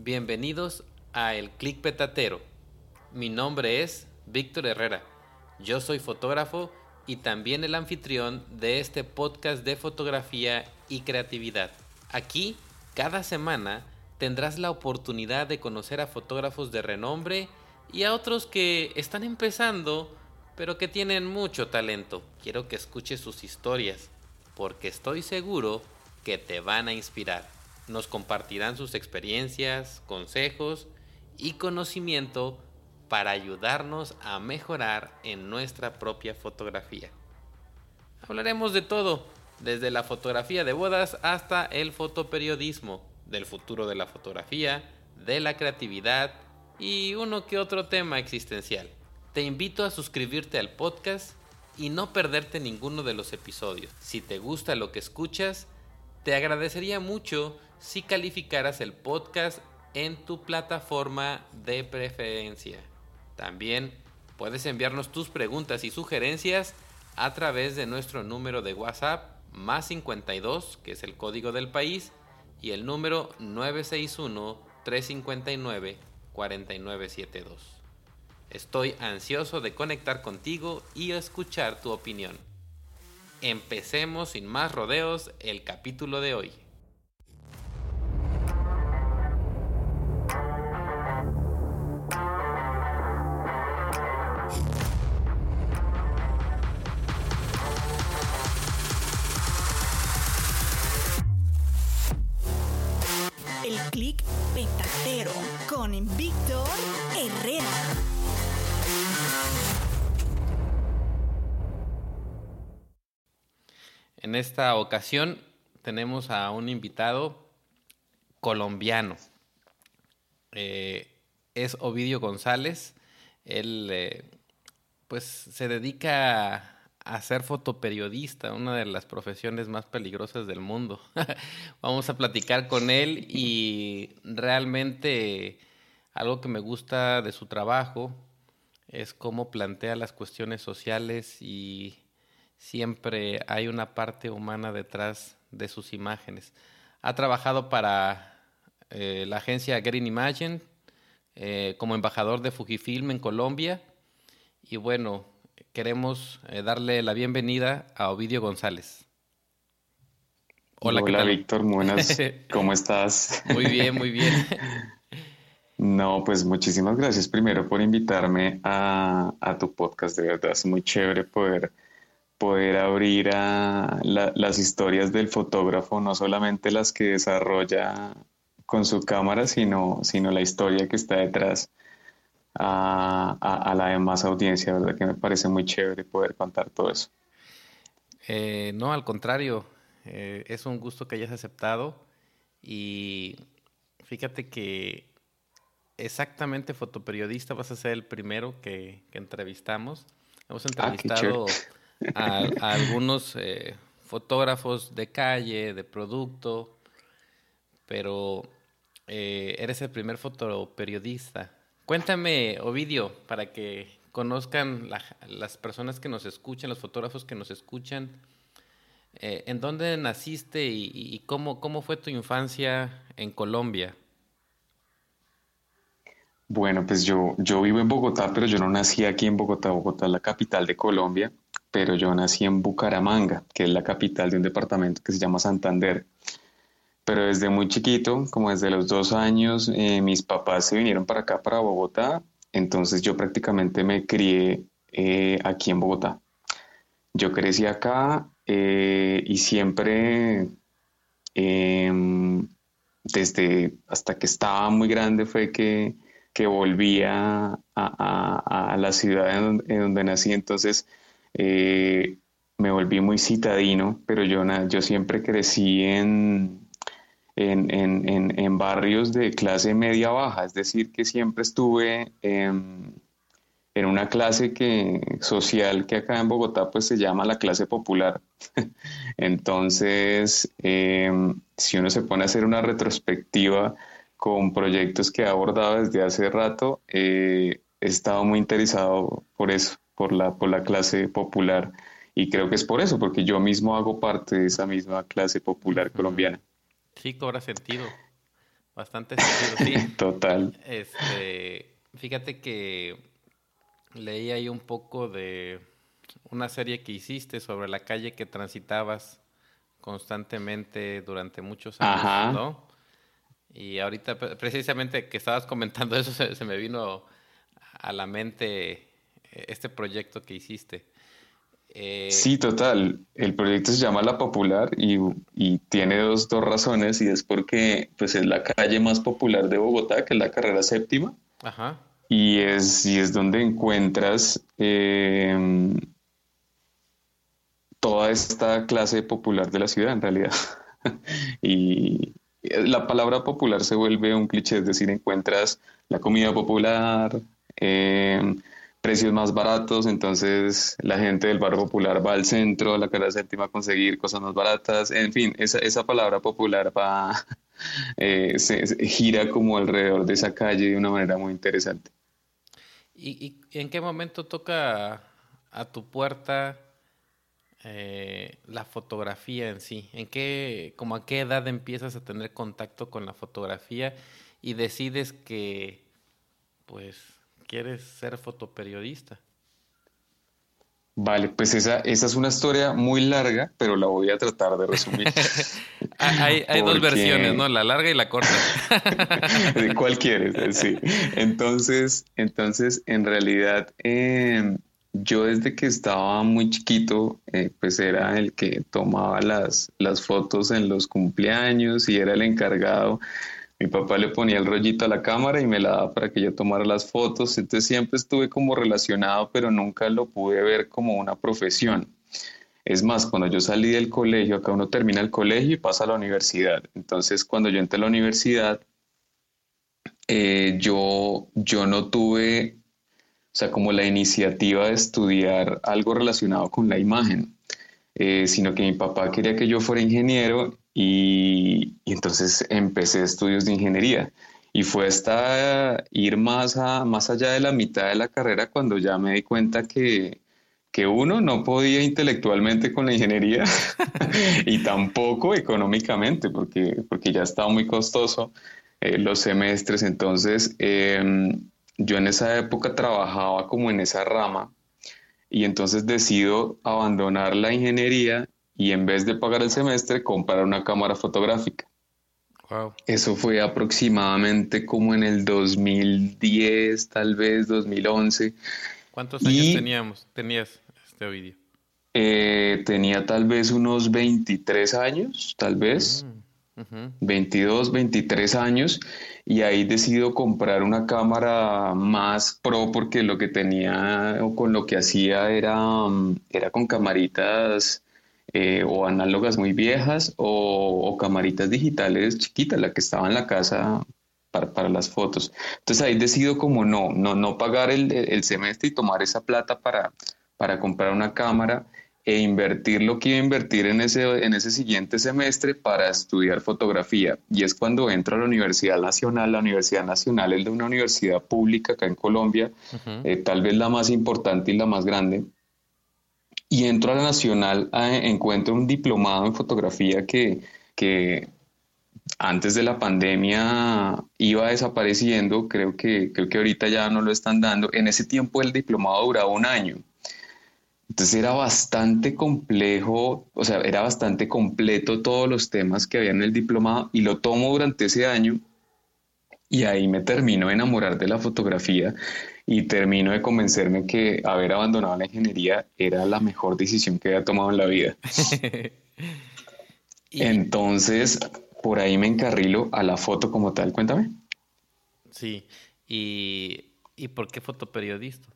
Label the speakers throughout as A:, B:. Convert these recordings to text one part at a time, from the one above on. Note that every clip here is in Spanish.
A: bienvenidos a El Click Petatero. Mi nombre es Víctor Herrera. Yo soy fotógrafo y también el anfitrión de este podcast de fotografía y creatividad. Aquí, cada semana, tendrás la oportunidad de conocer a fotógrafos de renombre y a otros que están empezando, pero que tienen mucho talento. Quiero que escuches sus historias, porque estoy seguro que te van a inspirar. Nos compartirán sus experiencias, consejos y conocimiento para ayudarnos a mejorar en nuestra propia fotografía. Hablaremos de todo, desde la fotografía de bodas hasta el fotoperiodismo, del futuro de la fotografía, de la creatividad y uno que otro tema existencial. Te invito a suscribirte al podcast y no perderte ninguno de los episodios. Si te gusta lo que escuchas, te agradecería mucho si calificaras el podcast en tu plataforma de preferencia. También puedes enviarnos tus preguntas y sugerencias a través de nuestro número de WhatsApp +52, que es el código del país, y el número 961-359-4972. Estoy ansioso de conectar contigo y escuchar tu opinión. Empecemos sin más rodeos el capítulo de hoy.
B: El Click Petatero con Víctor Herrera.
A: En esta ocasión tenemos a un invitado colombiano. Es Ovidio González. Él pues se dedica a ser fotoperiodista, una de las profesiones más peligrosas del mundo. Vamos a platicar con él y realmente algo que me gusta de su trabajo es cómo plantea las cuestiones sociales y siempre hay una parte humana detrás de sus imágenes. Ha trabajado para la agencia Getting Imagine como embajador de Fujifilm en Colombia y bueno, queremos darle la bienvenida a Ovidio González.
C: Hola, ¿qué tal? Víctor, buenas. ¿Cómo estás?
A: Muy bien, muy bien.
C: No, pues muchísimas gracias primero por invitarme a tu podcast. De verdad es muy chévere poder abrir a las historias del fotógrafo, no solamente las que desarrolla con su cámara, sino la historia que está detrás a la demás audiencia, ¿verdad? Que me parece muy chévere poder contar todo eso.
A: No, al contrario, es un gusto que hayas aceptado y fíjate que exactamente fotoperiodista vas a ser el primero que entrevistamos. Hemos entrevistado a algunos fotógrafos de calle, de producto, pero eres el primer fotoperiodista. Cuéntame, Ovidio, para que conozcan las personas que nos escuchan, los fotógrafos que nos escuchan, ¿en dónde naciste y cómo fue tu infancia en Colombia?
C: Bueno, pues yo vivo en Bogotá, pero yo no nací aquí en Bogotá. Bogotá es la capital de Colombia, pero yo nací en Bucaramanga, que es la capital de un departamento que se llama Santander. Pero desde muy chiquito, como desde los 2 años, mis papás se vinieron para acá, para Bogotá. Entonces yo prácticamente me crié aquí en Bogotá. Yo crecí acá y siempre, desde hasta que estaba muy grande, fue que volvía a la ciudad en donde nací. Entonces me volví muy citadino, pero yo siempre crecí en barrios de clase media baja, es decir, que siempre estuve en una clase social que acá en Bogotá pues se llama la clase popular. Entonces, si uno se pone a hacer una retrospectiva con proyectos que he abordado desde hace rato, he estado muy interesado por eso, por la clase popular, y creo que es por eso, porque yo mismo hago parte de esa misma clase popular colombiana.
A: Sí, cobra sentido. bastante sentido, sí.
C: Total.
A: Fíjate que leí ahí un poco de una serie que hiciste sobre la calle que transitabas constantemente durante muchos años,
C: Ajá.
A: ¿no? Y ahorita precisamente que estabas comentando eso se me vino a la mente este proyecto que hiciste.
C: Sí,
A: Eh,
C: total. El proyecto se llama La Popular y tiene dos razones y es porque pues, es la calle más popular de Bogotá, que es la carrera séptima,
A: ajá.
C: y es donde encuentras toda esta clase popular de la ciudad en realidad. Y la palabra popular se vuelve un cliché, es decir, encuentras la comida popular, eh, precios más baratos, entonces la gente del barrio popular va al centro, a la carrera séptima a conseguir cosas más baratas, en fin, esa palabra popular va, se gira como alrededor de esa calle de una manera muy interesante.
A: ¿Y en qué momento toca a tu puerta la fotografía en sí? Como a qué edad empiezas a tener contacto con la fotografía y decides que, pues, quieres ser fotoperiodista?
C: Vale, pues esa es una historia muy larga, pero la voy a tratar de resumir.
A: Hay dos versiones, ¿no?
C: Porque
A: La larga y la corta.
C: ¿de cuál quieres? Sí. Entonces, en realidad, yo desde que estaba muy chiquito, pues era el que tomaba las fotos en los cumpleaños y era el encargado. Mi papá le ponía el rollito a la cámara y me la daba para que yo tomara las fotos. Entonces siempre estuve como relacionado, pero nunca lo pude ver como una profesión. Es más, cuando yo salí del colegio, acá uno termina el colegio y pasa a la universidad. Entonces, cuando yo entré a la universidad, yo no tuve, o sea, como la iniciativa de estudiar algo relacionado con la imagen, sino que mi papá quería que yo fuera ingeniero y entonces empecé estudios de ingeniería. Y fue hasta ir más allá de la mitad de la carrera cuando ya me di cuenta que uno no podía intelectualmente con la ingeniería y tampoco económicamente, porque ya estaba muy costoso los semestres. Entonces, yo en esa época trabajaba como en esa rama y entonces decido abandonar la ingeniería y en vez de pagar el semestre, comprar una cámara fotográfica.
A: Wow.
C: Eso fue aproximadamente como en el 2010, tal vez 2011,
A: ¿Cuántos años
C: y
A: tenías, Ovidio?
C: tenía tal vez unos 23 años, tal vez.
A: Mm, ujú.
C: 22, 23 años y ahí decido comprar una cámara más pro porque lo que tenía o con lo que hacía era con camaritas o análogas muy viejas o camaritas digitales chiquitas, la que estaba en la casa para las fotos. Entonces ahí decido como no pagar el semestre y tomar esa plata para comprar una cámara e invertir lo que iba a invertir en ese siguiente semestre para estudiar fotografía. Y es cuando entro a la Universidad Nacional. La Universidad Nacional es de una universidad pública acá en Colombia,
A: Ujú.
C: tal vez la más importante y la más grande. Y entro a la Nacional, encuentro un diplomado en fotografía que antes de la pandemia iba desapareciendo, creo que ahorita ya no lo están dando. En ese tiempo el diplomado duraba un año. Entonces era bastante complejo, o sea, era bastante completo todos los temas que había en el diplomado y lo tomo durante ese año y ahí me termino de enamorar de la fotografía y termino de convencerme que haber abandonado la ingeniería era la mejor decisión que había tomado en la vida.
A: Y
C: Entonces, por ahí me encarrilo a la foto como tal. Cuéntame.
A: sí, ¿y por qué fotoperiodista?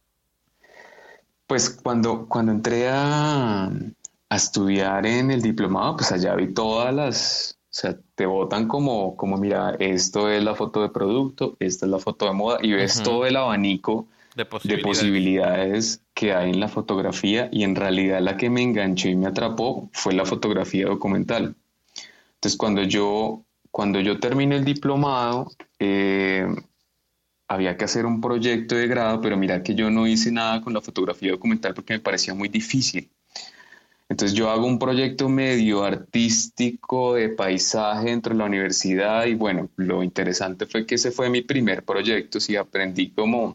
C: Pues cuando entré a estudiar en el diplomado, pues allá vi o sea, te botan como, mira, esto es la foto de producto, esta es la foto de moda, y ves
A: Ujú.
C: todo el abanico
A: De
C: de
A: posibilidades.
C: posibilidades que hay en la fotografía, y en realidad la que me enganchó y me atrapó fue la fotografía documental. Entonces, cuando yo terminé el diplomado, había que hacer un proyecto de grado, pero mira que yo no hice nada con la fotografía documental porque me parecía muy difícil. Entonces yo hago un proyecto medio artístico de paisaje dentro de la universidad y bueno, lo interesante fue que ese fue mi primer proyecto, sí, aprendí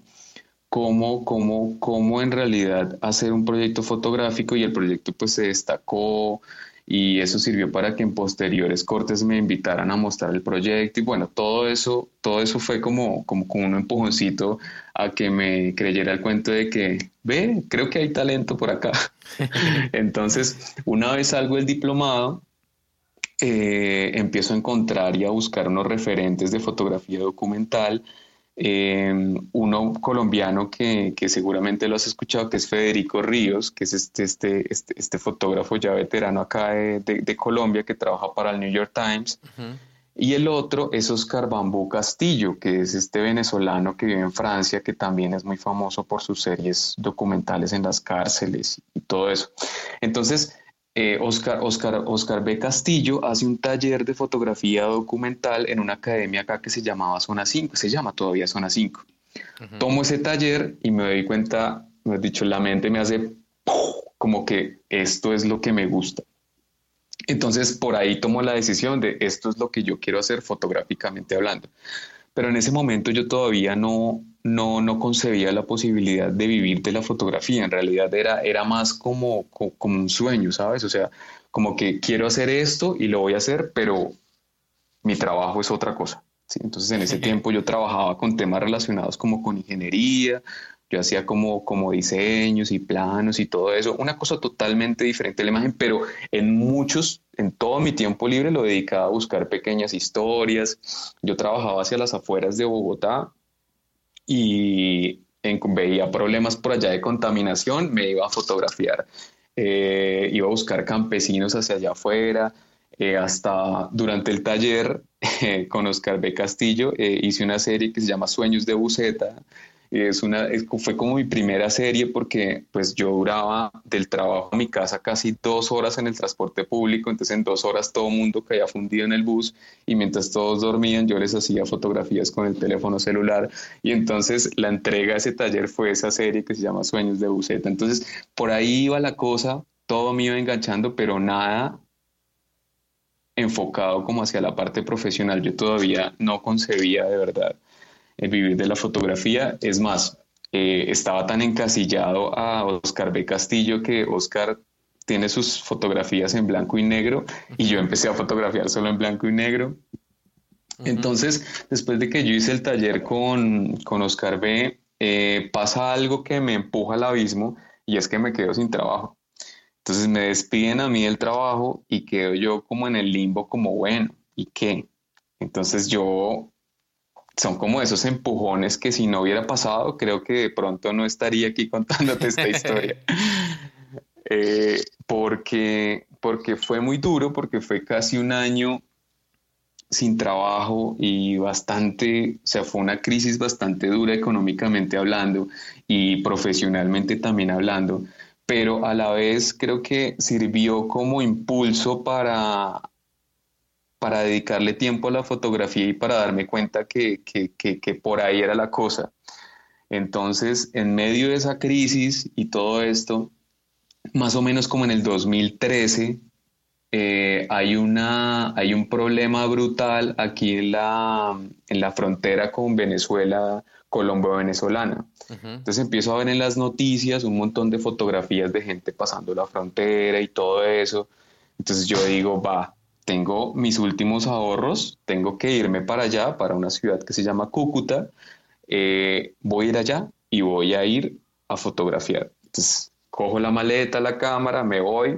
C: cómo en realidad hacer un proyecto fotográfico y el proyecto pues se destacó y eso sirvió para que en posteriores cortes me invitaran a mostrar el proyecto y bueno, todo eso fue como un empujoncito a que me creyera el cuento de que, ve, creo que hay talento por acá. Entonces, una vez salgo del diplomado, empiezo a encontrar y a buscar unos referentes de fotografía documental. Uno colombiano que seguramente lo has escuchado, que es Federico Ríos, que es este fotógrafo ya veterano acá de Colombia, que trabaja para el New York Times.
A: Ujú.
C: Y el otro es Oscar Bambú Castillo, que es este venezolano que vive en Francia, que también es muy famoso por sus series documentales en las cárceles y todo eso. Entonces, Oscar B. Castillo hace un taller de fotografía documental en una academia acá que se llamaba Zona 5, se llama todavía Zona 5.
A: Ujú.
C: Tomo ese taller y me doy cuenta, me has dicho, la mente me hace como que esto es lo que me gusta. Entonces, por ahí tomo la decisión de esto es lo que yo quiero hacer fotográficamente hablando. Pero en ese momento yo todavía no concebía la posibilidad de vivir de la fotografía. En realidad era más como un sueño, ¿sabes? O sea, como que quiero hacer esto y lo voy a hacer, pero mi trabajo es otra cosa. ¿Sí? Entonces en ese tiempo yo trabajaba con temas relacionados como con ingeniería, yo hacía como diseños y planos y todo eso, una cosa totalmente diferente de la imagen, pero en todo mi tiempo libre lo dedicaba a buscar pequeñas historias. Yo trabajaba hacia las afueras de Bogotá y veía problemas por allá de contaminación, me iba a fotografiar. Iba a buscar campesinos hacia allá afuera, hasta durante el taller con Oscar B. Castillo hice una serie que se llama Sueños de Buceta. Fue como mi primera serie porque pues yo duraba del trabajo a mi casa casi 2 horas en el transporte público, entonces en 2 horas todo el mundo caía fundido en el bus y mientras todos dormían yo les hacía fotografías con el teléfono celular y entonces la entrega de ese taller fue esa serie que se llama Sueños de Buceta. Entonces por ahí iba la cosa, todo me iba enganchando, pero nada enfocado como hacia la parte profesional. Yo todavía no concebía de verdad el vivir de la fotografía. Es más, estaba tan encasillado a Oscar B. Castillo que Oscar tiene sus fotografías en blanco y negro y yo
A: Ujú.
C: empecé a fotografiar solo en blanco y negro.
A: Ujú.
C: Entonces, después de que yo hice el taller con Oscar B., pasa algo que me empuja al abismo y es que me quedo sin trabajo. Entonces me despiden a mí del trabajo y quedo yo como en el limbo, como bueno, ¿y qué? Entonces son como esos empujones que si no hubiera pasado, creo que de pronto no estaría aquí contándote esta historia. Porque fue muy duro, porque fue casi un año sin trabajo y bastante, o sea, fue una crisis bastante dura económicamente hablando y profesionalmente también hablando, pero a la vez creo que sirvió como impulso para dedicarle tiempo a la fotografía y para darme cuenta que por ahí era la cosa. Entonces, en medio de esa crisis y todo esto, más o menos como en el 2013, hay un problema brutal aquí en la frontera con Venezuela, colombo-venezolana.
A: Ujú.
C: Entonces empiezo a ver en las noticias un montón de fotografías de gente pasando la frontera y todo eso. Entonces yo digo, va, tengo mis últimos ahorros, tengo que irme para allá, para una ciudad que se llama Cúcuta. Voy a ir allá y voy a ir a fotografiar. Entonces cojo la maleta, la cámara, me voy,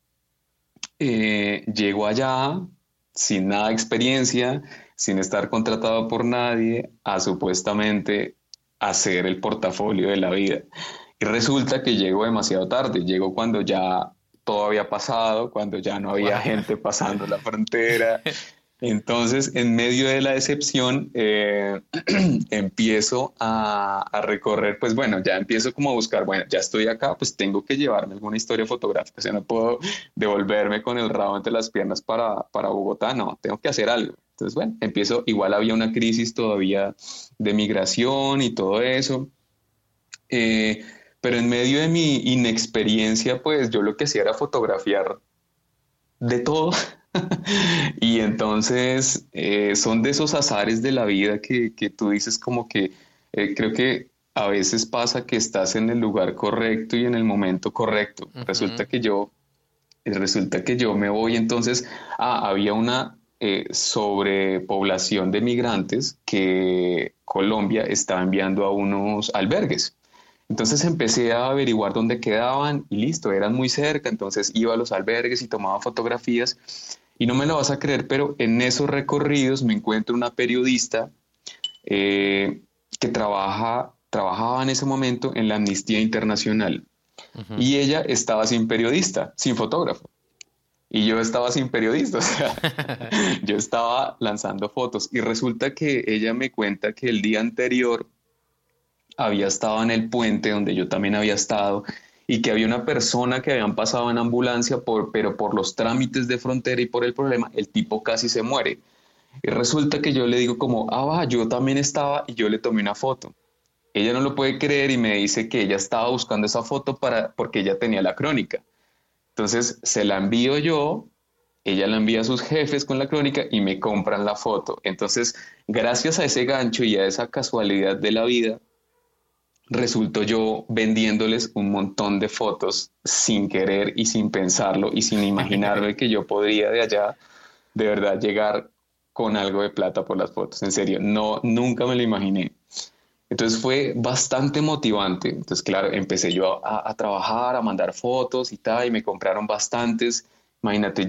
C: llego allá sin nada de experiencia, sin estar contratado por nadie, a supuestamente hacer el portafolio de la vida. Y resulta que llego demasiado tarde, llego cuando ya todo había pasado, cuando ya no había
A: Guau.
C: gente pasando la frontera. Entonces, en medio de la decepción, empiezo a recorrer, pues bueno, ya empiezo como a buscar, bueno, ya estoy acá, pues tengo que llevarme alguna historia fotográfica, o sea, no puedo devolverme con el rabo entre las piernas para Bogotá, no, tengo que hacer algo. Entonces, bueno, empiezo, igual había una crisis todavía de migración y todo eso, eh, pero en medio de mi inexperiencia, pues yo lo que hacía era fotografiar de todo. Y entonces son de esos azares de la vida que tú dices como que creo que a veces pasa que estás en el lugar correcto y en el momento correcto.
A: Ujú.
C: Resulta que yo me voy entonces, había una sobrepoblación de migrantes que Colombia estaba enviando a unos albergues. Entonces empecé a averiguar dónde quedaban y listo, eran muy cerca, entonces iba a los albergues y tomaba fotografías y no me lo vas a creer, pero en esos recorridos me encuentro una periodista eh, que trabajaba en ese momento en la Amnistía Internacional
A: Ujú.
C: y ella estaba sin periodista, sin fotógrafo. Y yo estaba sin periodista, o sea, yo estaba lanzando fotos y resulta que ella me cuenta que el día anterior había estado en el puente donde yo también había estado y que había una persona que habían pasado en ambulancia, pero por los trámites de frontera y por el problema, el tipo casi se muere. Y resulta que yo le digo como, va, yo también estaba y yo le tomé una foto. Ella no lo puede creer y me dice que ella estaba buscando esa foto porque ella tenía la crónica. Entonces se la envío yo, ella la envía a sus jefes con la crónica y me compran la foto. Entonces, gracias a ese gancho y a esa casualidad de la vida, resulto yo vendiéndoles un montón de fotos sin querer y sin pensarlo y sin imaginarme que yo podría de allá de verdad llegar con algo de plata por las fotos. En serio, no, nunca me lo imaginé. Entonces fue bastante motivante. Entonces, claro, empecé yo a trabajar, a mandar fotos y tal, y me compraron bastantes. Imagínate,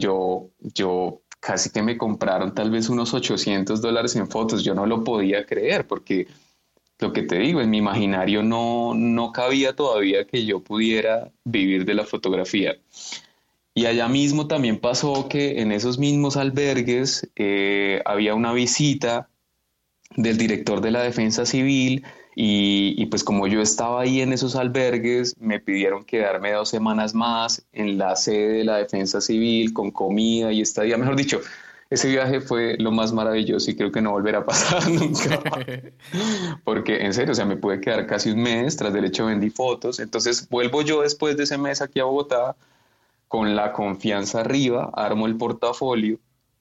C: yo casi que me compraron tal vez unos $800 en fotos. Yo no lo podía creer porque lo que te digo, en mi imaginario no cabía todavía que yo pudiera vivir de la fotografía. Y allá mismo también pasó que en esos mismos albergues había una visita del director de la Defensa Civil y pues como yo estaba ahí en esos albergues, me pidieron quedarme 2 semanas más en la sede de la Defensa Civil con comida y estadía. Mejor dicho, ese viaje fue lo más maravilloso y creo que no volverá a pasar nunca. Porque en serio, o sea, me pude quedar casi un mes, tras del hecho vendí fotos, entonces vuelvo yo después de ese mes aquí a Bogotá con la confianza arriba, armo el portafolio,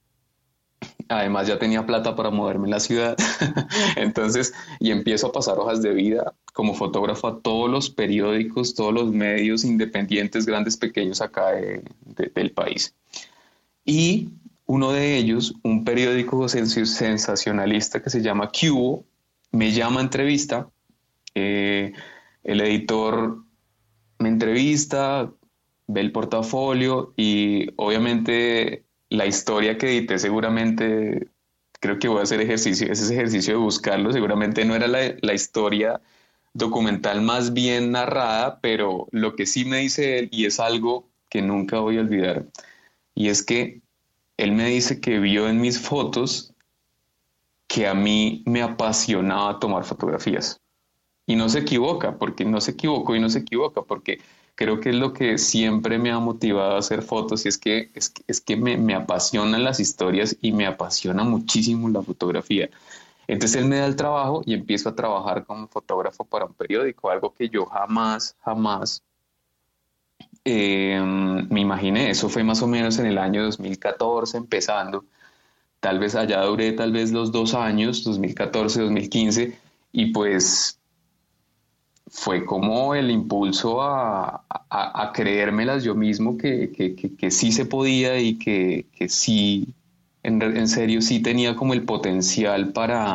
C: además ya tenía plata para moverme en la ciudad, entonces, y empiezo a pasar hojas de vida como fotógrafo a todos los periódicos, todos los medios independientes, grandes, pequeños acá del país. Y uno de ellos, un periódico sensacionalista que se llama Cubo, me llama a entrevista. Eh, el editor me entrevista, ve el portafolio y obviamente la historia que edité seguramente, creo que voy a hacer ejercicio, ese ejercicio de buscarlo, seguramente no era la historia documental más bien narrada, pero lo que sí me dice él, y es algo que nunca voy a olvidar, y es que él me dice que vio en mis fotos que a mí me apasionaba tomar fotografías. Y no se equivoca, porque no se equivocó y no se equivoca, porque creo que es lo que siempre me ha motivado a hacer fotos y es que me apasionan las historias y me apasiona muchísimo la fotografía. Entonces él me da el trabajo y empiezo a trabajar como fotógrafo para un periódico, algo que yo jamás me imaginé. Eso fue más o menos en el año 2014 empezando. Tal vez allá duré tal vez los 2 años, 2014, 2015, y pues fue como el impulso a creérmelas yo mismo que sí se podía y que sí, en serio, sí tenía como el potencial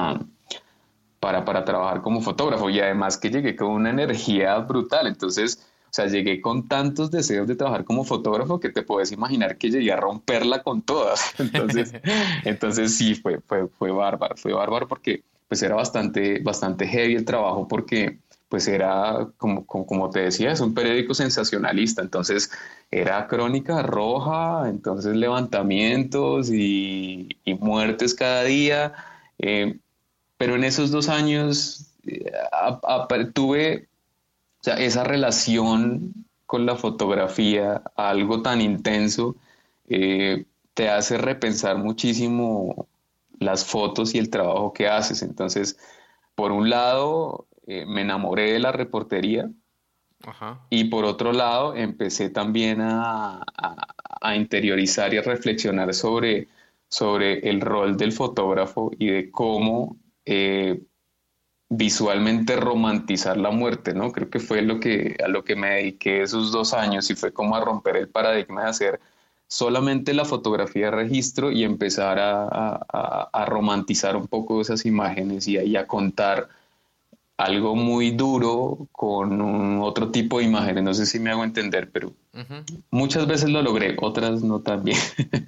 C: para trabajar como fotógrafo y además que llegué con una energía brutal. Entonces, o sea, llegué con tantos deseos de trabajar como fotógrafo que te puedes imaginar que llegué a romperla con todas. Entonces sí, fue bárbaro porque pues era bastante heavy el trabajo porque pues era, como te decía, es un periódico sensacionalista, entonces era crónica roja, entonces levantamientos y muertes cada día. eh, pero en esos 2 años tuve, o sea, esa relación con la fotografía, algo tan intenso, te hace repensar muchísimo las fotos y el trabajo que haces. Entonces, por un lado, me enamoré de la reportería
A: Ajá.
C: Y por otro lado, empecé también a interiorizar y a reflexionar sobre el rol del fotógrafo y de cómo visualmente romantizar la muerte, ¿no? Creo que fue a lo que me dediqué esos 2 años y fue como a romper el paradigma de hacer solamente la fotografía de registro y empezar a romantizar un poco esas imágenes y a contar algo muy duro con otro tipo de imágenes. No sé si me hago entender, pero
A: Ujú.
C: muchas veces lo logré, otras no tan bien.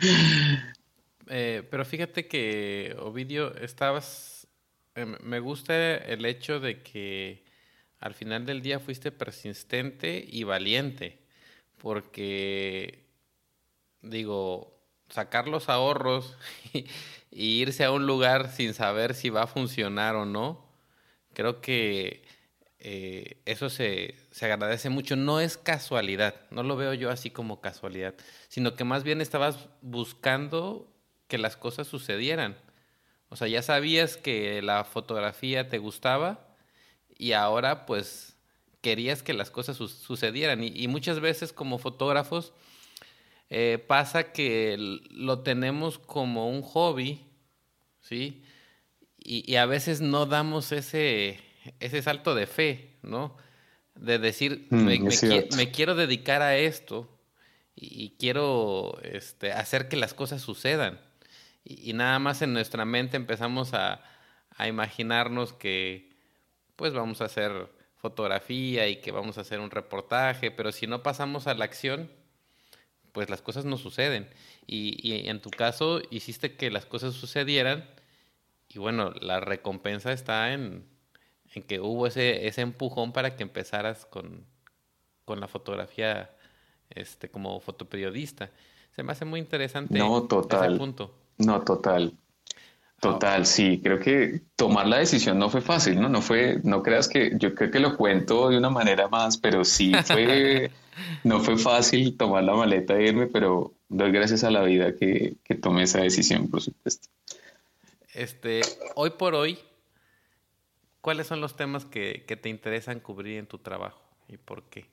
A: Pero fíjate que, Ovidio, me gusta el hecho de que al final del día fuiste persistente y valiente, porque, digo, sacar los ahorros y irse a un lugar sin saber si va a funcionar o no, creo que eso se agradece mucho. No es casualidad, no lo veo yo así como casualidad, sino que más bien estabas buscando que las cosas sucedieran. O sea, ya sabías que la fotografía te gustaba y ahora pues querías que las cosas sucedieran. Y muchas veces como fotógrafos pasa que lo tenemos como un hobby, ¿sí? Y a veces no damos ese salto de fe, ¿no? De decir,
C: Es cierto.
A: me quiero dedicar a esto y quiero hacer que las cosas sucedan. Y nada más en nuestra mente empezamos a imaginarnos que pues vamos a hacer fotografía y que vamos a hacer un reportaje, pero si no pasamos a la acción, pues las cosas no suceden. Y en tu caso hiciste que las cosas sucedieran y bueno, la recompensa está en que hubo ese empujón para que empezaras con la fotografía como fotoperiodista. Se me hace muy interesante
C: No,
A: ese
C: total.
A: punto.
C: No, total.
A: Ah,
C: Total, sí, creo que tomar la decisión no fue fácil, ¿no? No creas que, yo creo que lo cuento de una manera más, pero no fue fácil tomar la maleta e irme, pero doy gracias a la vida que tomé esa decisión, por supuesto.
A: hoy por hoy, ¿cuáles son los temas que te interesan cubrir en tu trabajo y por qué?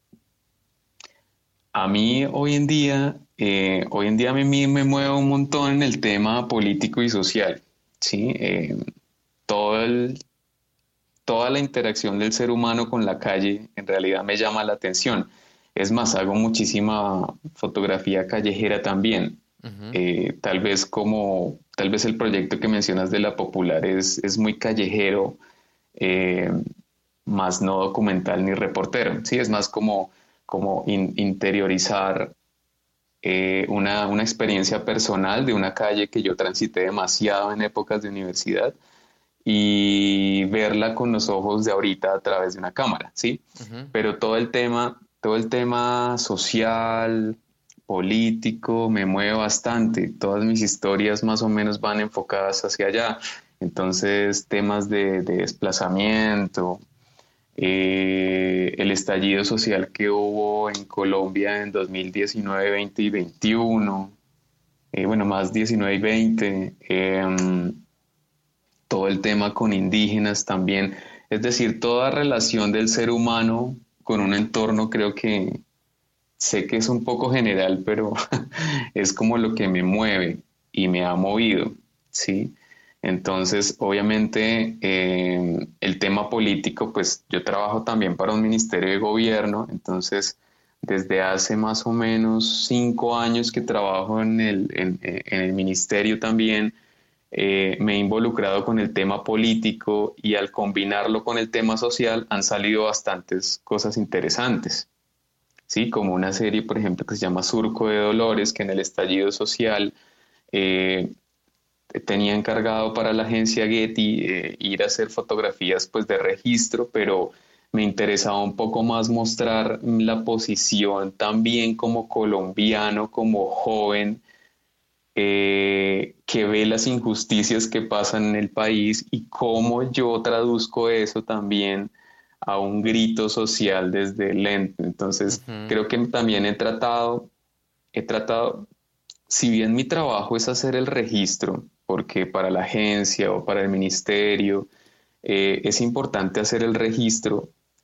C: A mí hoy en día a mí me muevo un montón en el tema político y social, ¿sí? Todo el, toda la interacción del ser humano con la calle en realidad me llama la atención. Es más, hago muchísima fotografía callejera también.
A: Ujú.
C: Tal vez el proyecto que mencionas de La Popular es muy callejero, eh, más no documental ni reportero. Sí, es más como interiorizar una experiencia personal de una calle que yo transité demasiado en épocas de universidad y verla con los ojos de ahorita a través de una cámara, ¿sí?
A: Ujú.
C: Pero todo el tema social, político, me mueve bastante. Todas mis historias más o menos van enfocadas hacia allá. Entonces, temas de desplazamiento, el estallido social que hubo en Colombia en 2019, 20 y 21, bueno, más 19 y 20, todo el tema con indígenas también, es decir, toda relación del ser humano con un entorno creo que sé que es un poco general, pero es como lo que me mueve y me ha movido, ¿sí? Entonces, obviamente, el tema político, pues yo trabajo también para un ministerio de gobierno, entonces, desde hace más o menos 5 años que trabajo en el ministerio también, me he involucrado con el tema político y al combinarlo con el tema social han salido bastantes cosas interesantes. Sí, como una serie, por ejemplo, que se llama Surco de Dolores, que en el estallido social eh, tenía encargado para la agencia Getty ir a hacer fotografías pues de registro, pero me interesaba un poco más mostrar la posición también como colombiano, como joven, que ve las injusticias que pasan en el país y cómo yo traduzco eso también a un grito social desde el ente. Entonces,
A: Ujú.
C: creo que también he tratado, si bien mi trabajo es hacer el registro, porque para la agencia o para el ministerio es importante hacer el registro,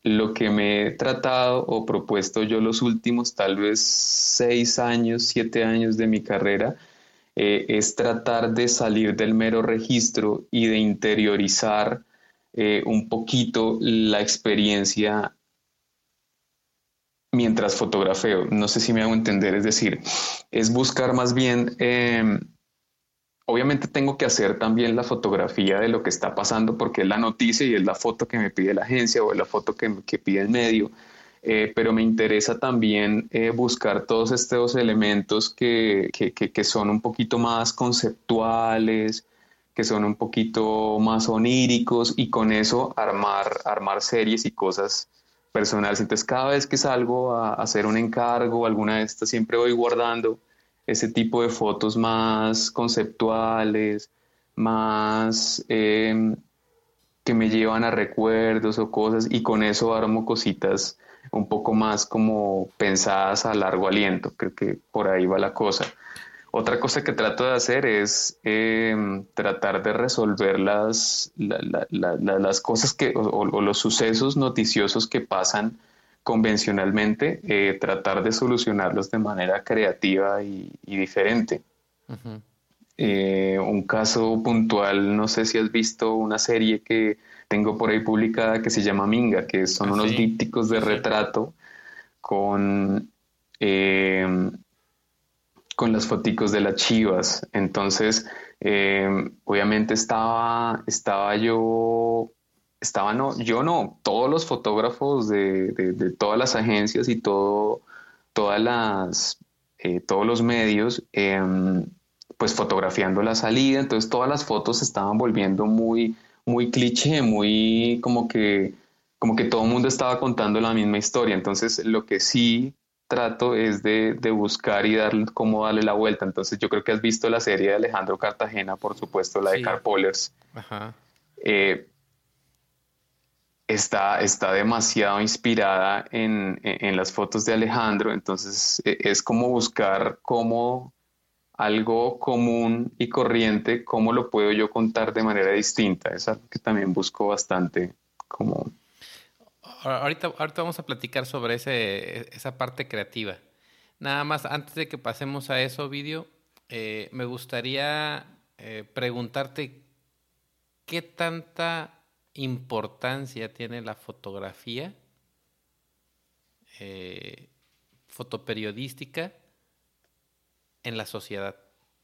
C: lo que me he tratado o propuesto yo los últimos tal vez 6 años, 7 años de mi carrera, es tratar de salir del mero registro y de interiorizar un poquito la experiencia mientras fotografeo. No sé si me hago entender, es decir, es buscar más bien, obviamente tengo que hacer también la fotografía de lo que está pasando porque es la noticia y es la foto que me pide la agencia o es la foto que pide el medio. Pero me interesa también buscar todos estos elementos que son un poquito más conceptuales, que son un poquito más oníricos y con eso armar series y cosas personales. Entonces cada vez que salgo a hacer un encargo o alguna de estas, siempre voy guardando ese tipo de fotos más conceptuales, más que me llevan a recuerdos o cosas y con eso armo cositas un poco más como pensadas a largo aliento. Creo que por ahí va la cosa. Otra cosa que trato de hacer es tratar de resolver las cosas o los sucesos noticiosos que pasan convencionalmente, tratar de solucionarlos de manera creativa y diferente.
A: Ujú.
C: Un caso puntual, no sé si has visto una serie que tengo por ahí publicada que se llama Minga, que son
A: Ah,
C: unos
A: sí,
C: dípticos
A: sí,
C: de
A: sí.
C: retrato con, eh, con las foticos de las chivas. Entonces, obviamente estaba no, yo no, todos los fotógrafos de todas las agencias y todas todos los medios, pues fotografiando la salida. Entonces, todas las fotos se estaban volviendo muy cliché, muy como que todo el mundo estaba contando la misma historia. Entonces, lo que sí trato es de buscar y darle cómo darle la vuelta. Entonces yo creo que has visto la serie de Alejandro Cartagena, por supuesto, la de
A: Sí,
C: Carpollers.
A: ajá.
C: Eh, está demasiado inspirada en las fotos de Alejandro, entonces es como buscar cómo algo común y corriente, cómo lo puedo yo contar de manera distinta. Es algo que también busco bastante como...
A: Ahorita vamos a platicar sobre esa parte creativa. Nada más, antes de que pasemos a eso, vídeo, me gustaría preguntarte qué tanta importancia tiene la fotografía eh, fotoperiodística en la sociedad.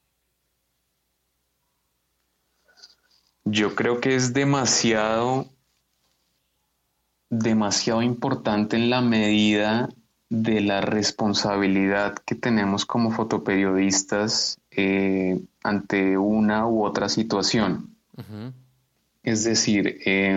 C: Yo creo que es demasiado importante en la medida de la responsabilidad que tenemos como fotoperiodistas ante una u otra situación.
A: Ujú.
C: Es decir,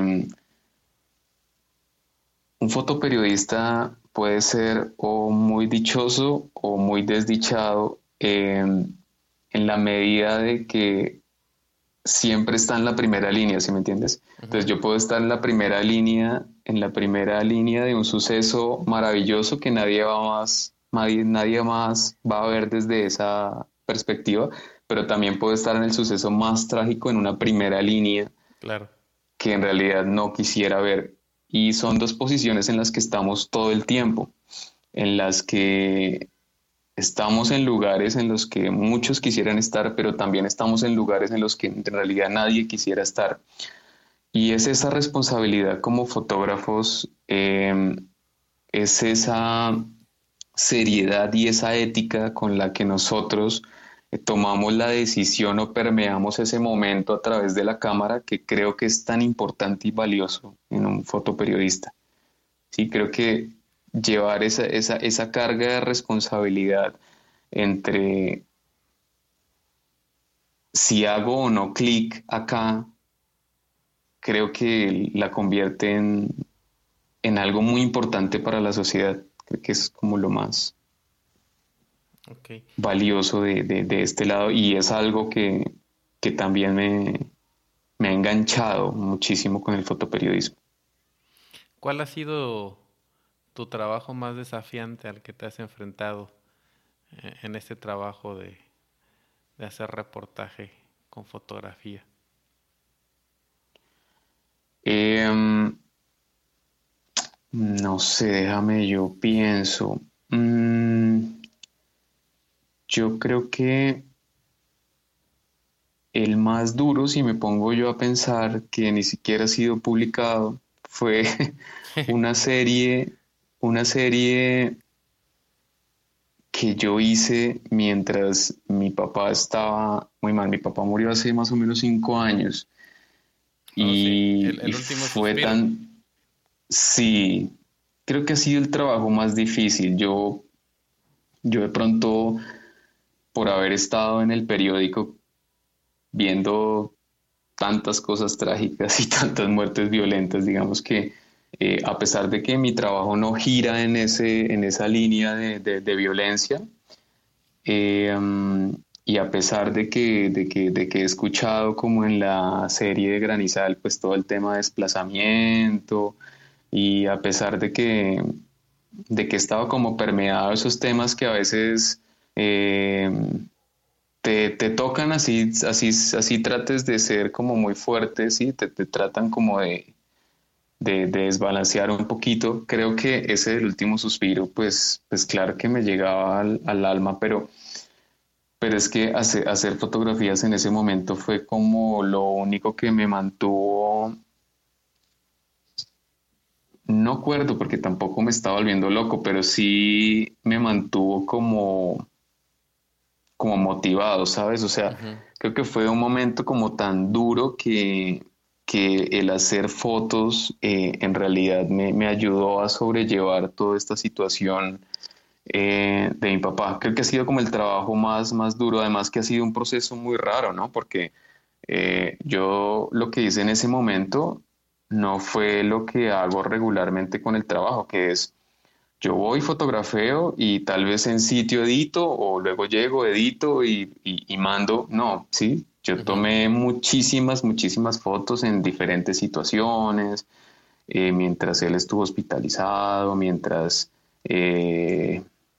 C: un fotoperiodista puede ser o muy dichoso o muy desdichado en la medida de que siempre está en la primera línea, ¿sí me entiendes? Entonces
A: Ujú.
C: yo puedo estar en la primera línea de un suceso maravilloso que nadie más va a ver desde esa perspectiva, pero también puedo estar en el suceso más trágico en una primera línea
A: Claro.
C: que en realidad no quisiera ver. Y son dos posiciones en las que estamos todo el tiempo, en las que estamos en lugares en los que muchos quisieran estar, pero también estamos en lugares en los que en realidad nadie quisiera estar. Y es esa responsabilidad como fotógrafos, es esa seriedad y esa ética con la que nosotros tomamos la decisión o permeamos ese momento a través de la cámara que creo que es tan importante y valioso en un fotoperiodista. Sí, creo que llevar esa carga de responsabilidad entre si hago o no clic acá, creo que la convierte en algo muy importante para la sociedad. Creo que es como lo más
A: Ok.
C: valioso de este lado y es algo que también me ha enganchado muchísimo con el fotoperiodismo.
A: ¿Cuál ha sido tu trabajo más desafiante al que te has enfrentado en este trabajo de hacer reportaje con fotografía?
C: Eh, no sé, déjame, yo pienso. Yo creo que el más duro, si me pongo yo a pensar que ni siquiera ha sido publicado, fue una serie, una serie que yo hice mientras mi papá estaba muy mal. Mi papá murió hace más o menos 5 años
A: Oh, sí,
C: y
A: el último
C: fue
A: suspiro.
C: tan, sí, creo que ha sido el trabajo más difícil. Yo de pronto, por haber estado en el periódico viendo tantas cosas trágicas y tantas muertes violentas, digamos que a pesar de que mi trabajo no gira en esa línea de violencia, y a pesar de que he escuchado como en la serie de Granizal, pues todo el tema de desplazamiento, y a pesar de que he estado como permeado de esos temas que a veces eh, te tocan así, así, así trates de ser como muy fuerte, ¿sí? Te tratan como de desbalancear un poquito. Creo que ese del último suspiro, pues claro que me llegaba al alma, pero es que hacer fotografías en ese momento fue como lo único que me mantuvo, no cuerdo porque tampoco me estaba volviendo loco, pero sí me mantuvo como motivado, ¿sabes? O sea,
A: Ujú.
C: creo que fue un momento como tan duro que el hacer fotos en realidad me ayudó a sobrellevar toda esta situación de mi papá. Creo que ha sido como el trabajo más duro, además que ha sido un proceso muy raro, ¿no? Porque yo lo que hice en ese momento no fue lo que hago regularmente con el trabajo, que es yo voy, fotografeo y tal vez en sitio edito o luego llego, edito y mando. No, sí, yo
A: Ujú.
C: tomé muchísimas fotos en diferentes situaciones, mientras él estuvo hospitalizado, mientras eh,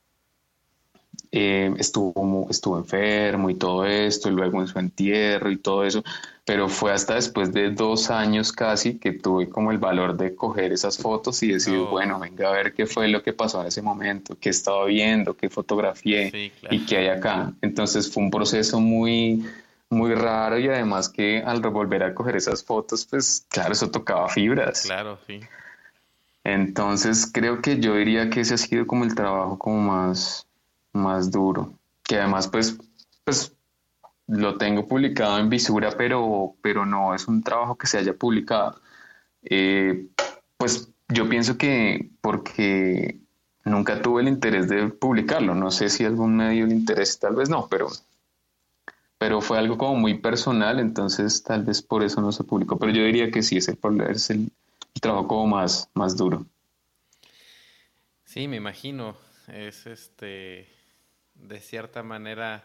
C: estuvo enfermo y todo esto, y luego en su entierro y todo eso, pero fue hasta después de 2 años casi que tuve como el valor de coger esas fotos y decir,
A: Oh,
C: bueno, venga a ver qué fue lo que pasó en ese momento, qué estaba viendo, qué fotografié
A: sí, claro,
C: y qué hay acá. Entonces fue un proceso muy raro y además que al volver a coger esas fotos, pues claro, eso tocaba fibras.
A: claro, sí.
C: Entonces creo que yo diría que ese ha sido como el trabajo como más duro. Que además pues lo tengo publicado en Visura, pero no es un trabajo que se haya publicado. Eh, pues yo pienso que porque nunca tuve el interés de publicarlo. No sé si algún medio le interesa, tal vez no, pero fue algo como muy personal, entonces tal vez por eso no se publicó. Pero yo diría que sí, es el trabajo como más duro.
A: Sí, me imagino. Es de cierta manera,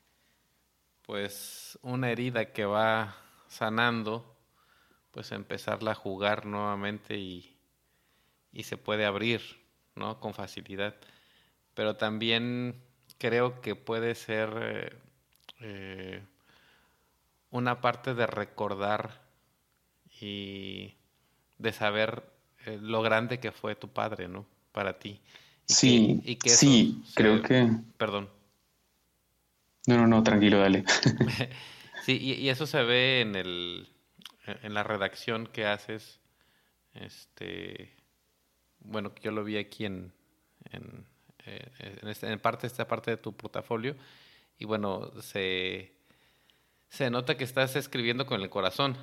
A: pues una herida que va sanando, pues empezarla a jugar nuevamente y se puede abrir, ¿no? Con facilidad. Pero también creo que puede ser eh, una parte de recordar y de saber lo grande que fue tu padre, ¿no? Para ti.
C: Sí,
A: Y que eso
C: sí, creo
A: se...
C: que...
A: Perdón.
C: No, no, no, tranquilo, dale.
A: Sí, y eso se ve en la redacción que haces. Este, bueno, yo lo vi aquí en, en parte, esta parte de tu portafolio. Y bueno, se nota que estás escribiendo con el corazón.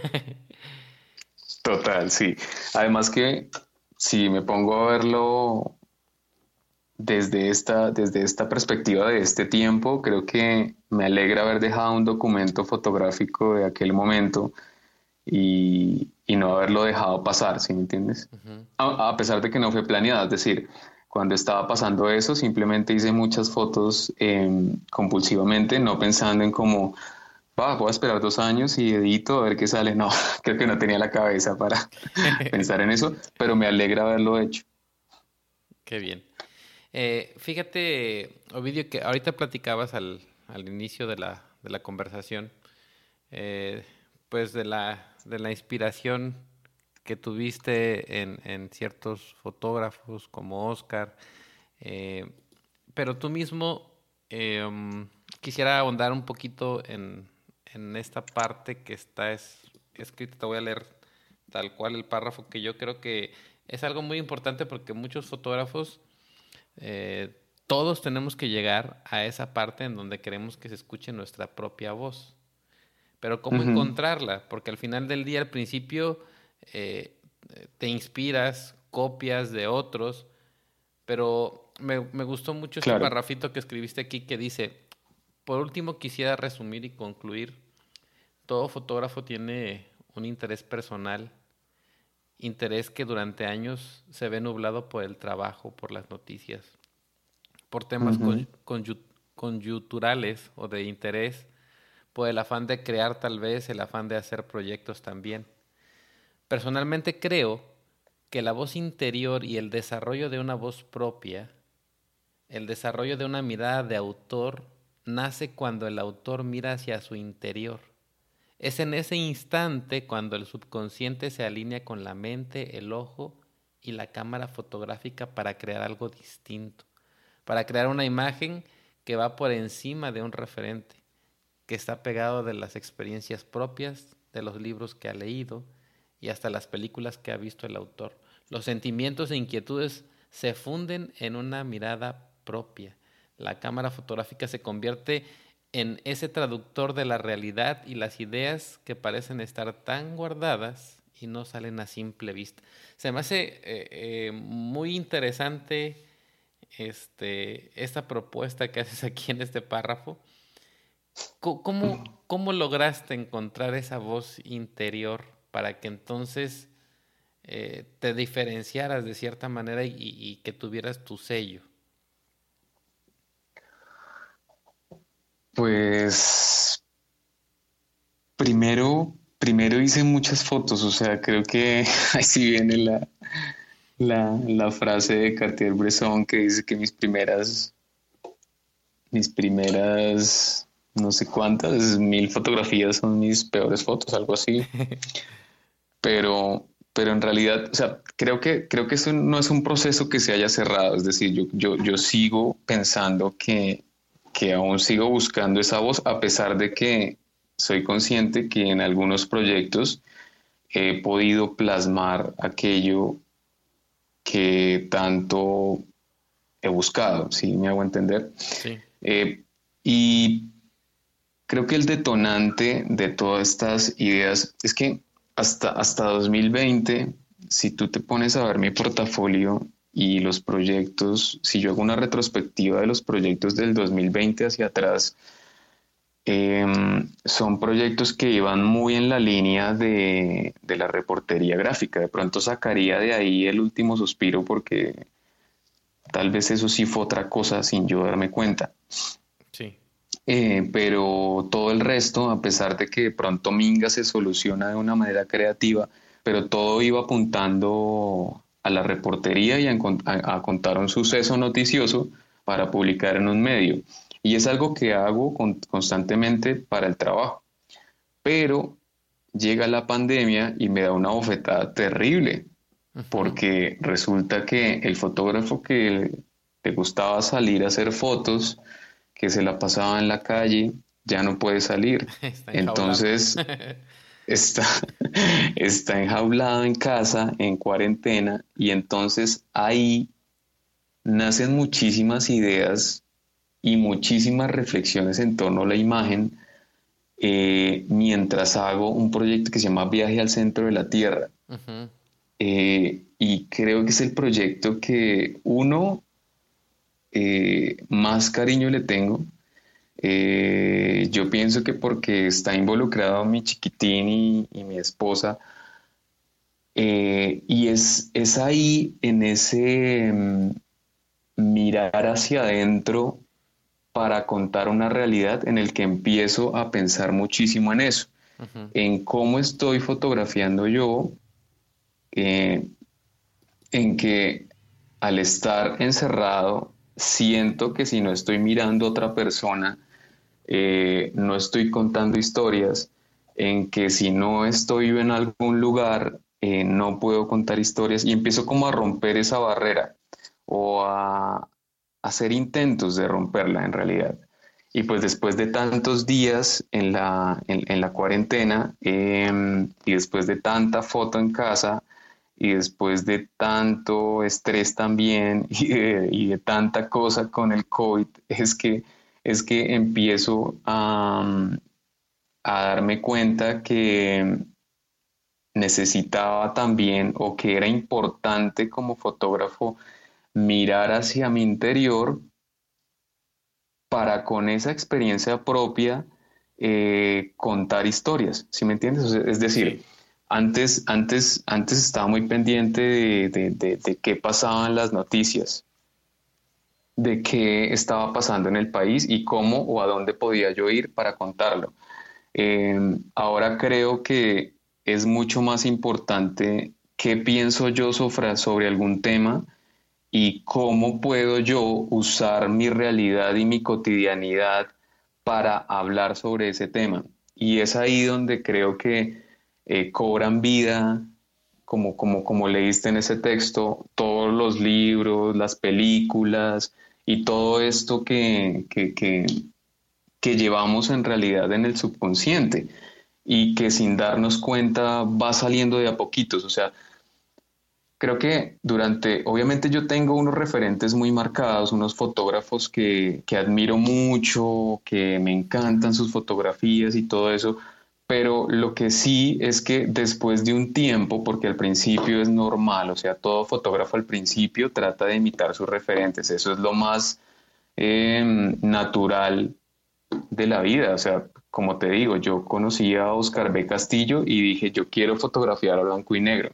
C: Total, sí. Además que si me pongo a verlo desde esta perspectiva de este tiempo, creo que me alegra haber dejado un documento fotográfico de aquel momento y no haberlo dejado pasar, ¿sí me entiendes?
A: Ujú.
C: A pesar de que no fue planeado, es decir, cuando estaba pasando eso, simplemente hice muchas fotos compulsivamente, no pensando en cómo, voy a esperar 2 años y edito a ver qué sale. No, creo que no tenía la cabeza para pensar en eso, pero me alegra haberlo hecho.
A: Qué bien. Fíjate, Ovidio, que ahorita platicabas al inicio de la conversación, eh, pues de la inspiración que tuviste en ciertos fotógrafos como Oscar, pero tú mismo quisiera ahondar un poquito en esta parte que está escrita. Te voy a leer tal cual el párrafo, que yo creo que es algo muy importante porque muchos fotógrafos, todos tenemos que llegar a esa parte en donde queremos que se escuche nuestra propia voz. Pero ¿cómo
C: Ujú,
A: encontrarla? Porque al final del día, al principio, te inspiras, copias de otros, pero me gustó mucho este
C: claro.
A: parrafito que escribiste aquí que dice, por último quisiera resumir y concluir, todo fotógrafo tiene un interés personal, interés que durante años se ve nublado por el trabajo, por las noticias, por temas
C: Ujú,
A: conyunturales o de interés, por el afán de crear tal vez, el afán de hacer proyectos también. Personalmente creo que la voz interior y el desarrollo de una voz propia, el desarrollo de una mirada de autor, nace cuando el autor mira hacia su interior. Es en ese instante cuando el subconsciente se alinea con la mente, el ojo y la cámara fotográfica para crear algo distinto, para crear una imagen que va por encima de un referente, que está pegado de las experiencias propias, de los libros que ha leído y hasta las películas que ha visto el autor. Los sentimientos e inquietudes se funden en una mirada propia. La cámara fotográfica se convierte en ese traductor de la realidad y las ideas que parecen estar tan guardadas y no salen a simple vista. Se me hace muy interesante esta propuesta que haces aquí en este párrafo. ¿Cómo lograste encontrar esa voz interior para que entonces te diferenciaras de cierta manera y que tuvieras tu sello?
C: Pues primero hice muchas fotos, o sea, creo que así viene la frase de Cartier-Bresson que dice que mis primeras, no sé cuántas, 1000 fotografías son mis peores fotos, algo así. Pero en realidad, o sea, creo que eso no es un proceso que se haya cerrado. Es decir, yo sigo pensando que aún sigo buscando esa voz, a pesar de que soy consciente que en algunos proyectos he podido plasmar aquello que tanto he buscado, ¿sí me hago entender?
A: Sí.
C: Y creo que el detonante de todas estas ideas es que hasta 2020, si tú te pones a ver mi portafolio y los proyectos, si yo hago una retrospectiva de los proyectos del 2020 hacia atrás, son proyectos que iban muy en la línea de la reportería gráfica. De pronto sacaría de ahí El Último Suspiro porque tal vez eso sí fue otra cosa sin yo darme cuenta.
A: Sí.
C: Pero todo el resto, a pesar de que de pronto Minga se soluciona de una manera creativa, pero todo iba apuntando a la reportería y a contar un suceso noticioso para publicar en un medio. Y es algo que hago constantemente para el trabajo. Pero llega la pandemia y me da una bofetada terrible,
A: Ujú.
C: porque resulta que el fotógrafo que le gustaba salir a hacer fotos, que se la pasaba en la calle, ya no puede salir.
A: Está enjaulado.
C: Entonces está, está enjaulado en casa, en cuarentena, y entonces ahí nacen muchísimas ideas y muchísimas reflexiones en torno a la imagen, mientras hago un proyecto que se llama Viaje al Centro de la Tierra.
A: Ujú.
C: Y creo que es el proyecto que más cariño le tengo. Yo pienso que porque está involucrado mi chiquitín y mi esposa, y es ahí en ese mirar hacia adentro para contar una realidad en el que empiezo a pensar muchísimo en eso,
A: Ujú.
C: en cómo estoy fotografiando yo, eh, en que al estar encerrado siento que si no estoy mirando a otra persona, no estoy contando historias, en que si no estoy en algún lugar, no puedo contar historias y empiezo como a romper esa barrera o a hacer intentos de romperla en realidad. Y pues después de tantos días en la cuarentena y después de tanta foto en casa y después de tanto estrés también y de tanta cosa con el COVID, es que empiezo a darme cuenta que necesitaba también o que era importante como fotógrafo mirar hacia mi interior para con esa experiencia propia contar historias, ¿sí me entiendes? O sea, es decir,
A: Sí,
C: antes estaba muy pendiente de qué pasaba en las noticias, de qué estaba pasando en el país y cómo o a dónde podía yo ir para contarlo. Ahora creo que es mucho más importante qué pienso yo sobre algún tema y cómo puedo yo usar mi realidad y mi cotidianidad para hablar sobre ese tema. Y es ahí donde creo que cobran vida, como leíste en ese texto, todos los libros, las películas y todo esto que llevamos en realidad en el subconsciente y que sin darnos cuenta va saliendo de a poquitos. O sea, creo que obviamente yo tengo unos referentes muy marcados, unos fotógrafos que admiro mucho, que me encantan sus fotografías y todo eso, pero lo que sí es que después de un tiempo, porque al principio es normal, o sea, todo fotógrafo al principio trata de imitar sus referentes, eso es lo más natural de la vida, o sea, como te digo, yo conocí a Oscar B. Castillo y dije, yo quiero fotografiar a blanco y negro.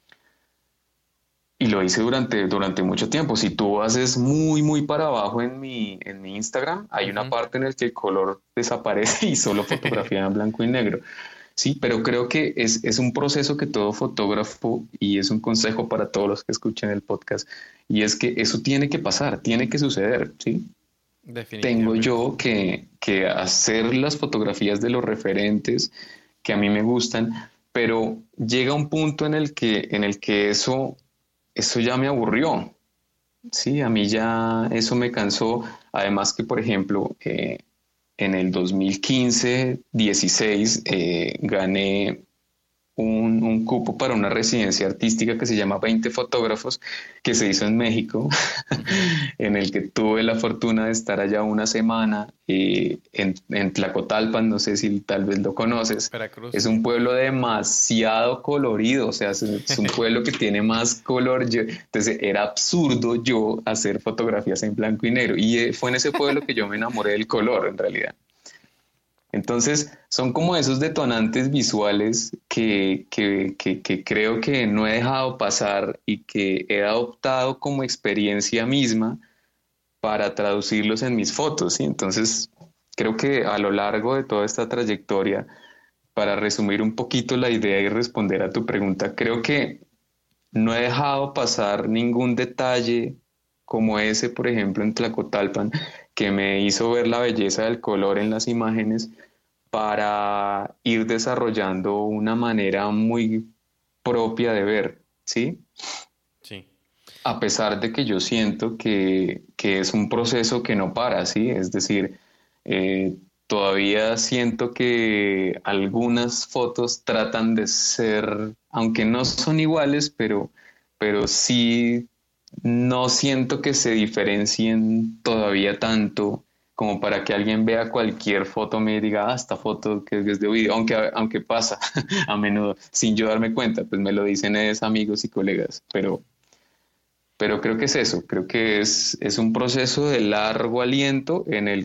C: Y lo hice durante mucho tiempo. Si tú haces muy para abajo en mi Instagram, hay una
A: ujú.
C: parte en la que el color desaparece y solo fotografía en blanco y negro. Sí, pero creo que es un proceso que todo fotógrafo, y es un consejo para todos los que escuchen el podcast, y es que eso tiene que pasar, tiene que suceder, ¿sí? Tengo
A: Definitivamente.
C: yo que hacer las fotografías de los referentes que a mí me gustan, pero llega un punto en el que eso ya me aburrió. Sí, a mí ya eso me cansó. Además que, por ejemplo, en el 2015-16 gané un cupo para una residencia artística que se llama 20 fotógrafos, que se hizo en México,
A: Ujú.
C: en el que tuve la fortuna de estar allá una semana en Tlacotalpan, no sé si tal vez lo conoces.
A: Veracruz,
C: Es
A: sí.
C: un pueblo demasiado colorido, o sea, es un pueblo que tiene más color. Entonces era absurdo yo hacer fotografías en blanco y negro. Y fue en ese pueblo que yo me enamoré del color, en realidad. Entonces, son como esos detonantes visuales que creo que no he dejado pasar y que he adoptado como experiencia misma para traducirlos en mis fotos, ¿sí? Entonces, creo que a lo largo de toda esta trayectoria, para resumir un poquito la idea y responder a tu pregunta, creo que no he dejado pasar ningún detalle como ese, por ejemplo, en Tlacotalpan, que me hizo ver la belleza del color en las imágenes para ir desarrollando una manera muy propia de ver, ¿sí?
A: Sí.
C: A pesar de que yo siento que es un proceso que no para, ¿sí? Es decir, eh, todavía siento que algunas fotos tratan de ser, aunque no son iguales, pero sí no siento que se diferencien todavía tanto como para que alguien vea cualquier foto me diga, ah, esta foto que es de video, aunque pasa a menudo, sin yo darme cuenta, pues me lo dicen es amigos y colegas, pero creo que es eso, creo que es un proceso de largo aliento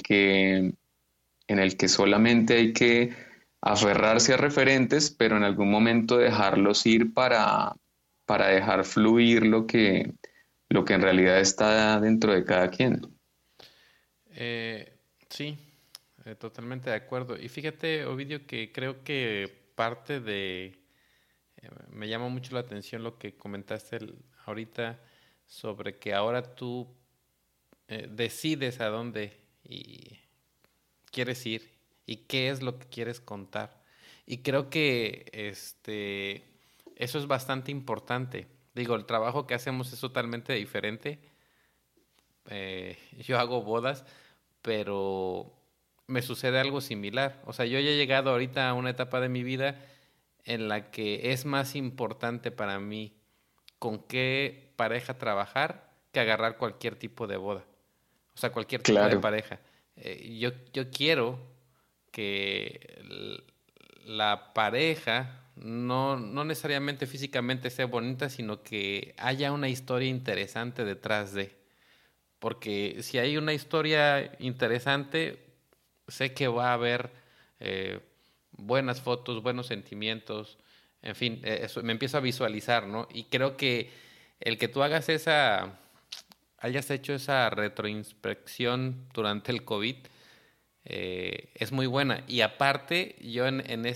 C: en el que solamente hay que aferrarse a referentes, pero en algún momento dejarlos ir para dejar fluir lo que en realidad está dentro de cada quien.
A: Sí, totalmente de acuerdo. Y fíjate, Ovidio, que creo que parte de... me llama mucho la atención lo que comentaste ahorita sobre que ahora tú decides a dónde y quieres ir y qué es lo que quieres contar. Y creo que Eso es bastante importante. Digo, el trabajo que hacemos es totalmente diferente. Yo hago bodas, pero me sucede algo similar. O sea, yo ya he llegado ahorita a una etapa de mi vida en la que es más importante para mí con qué pareja trabajar que agarrar cualquier tipo de boda. O sea, cualquier tipo de
C: Claro,
A: pareja. Yo quiero que la pareja no necesariamente físicamente sea bonita, sino que haya una historia interesante detrás de. Porque si hay una historia interesante, sé que va a haber eh, buenas fotos, buenos sentimientos, en fin, eso, me empiezo a visualizar, ¿no? Y creo que el que tú hayas hecho esa retroinspección durante el COVID, es muy buena. Y aparte, yo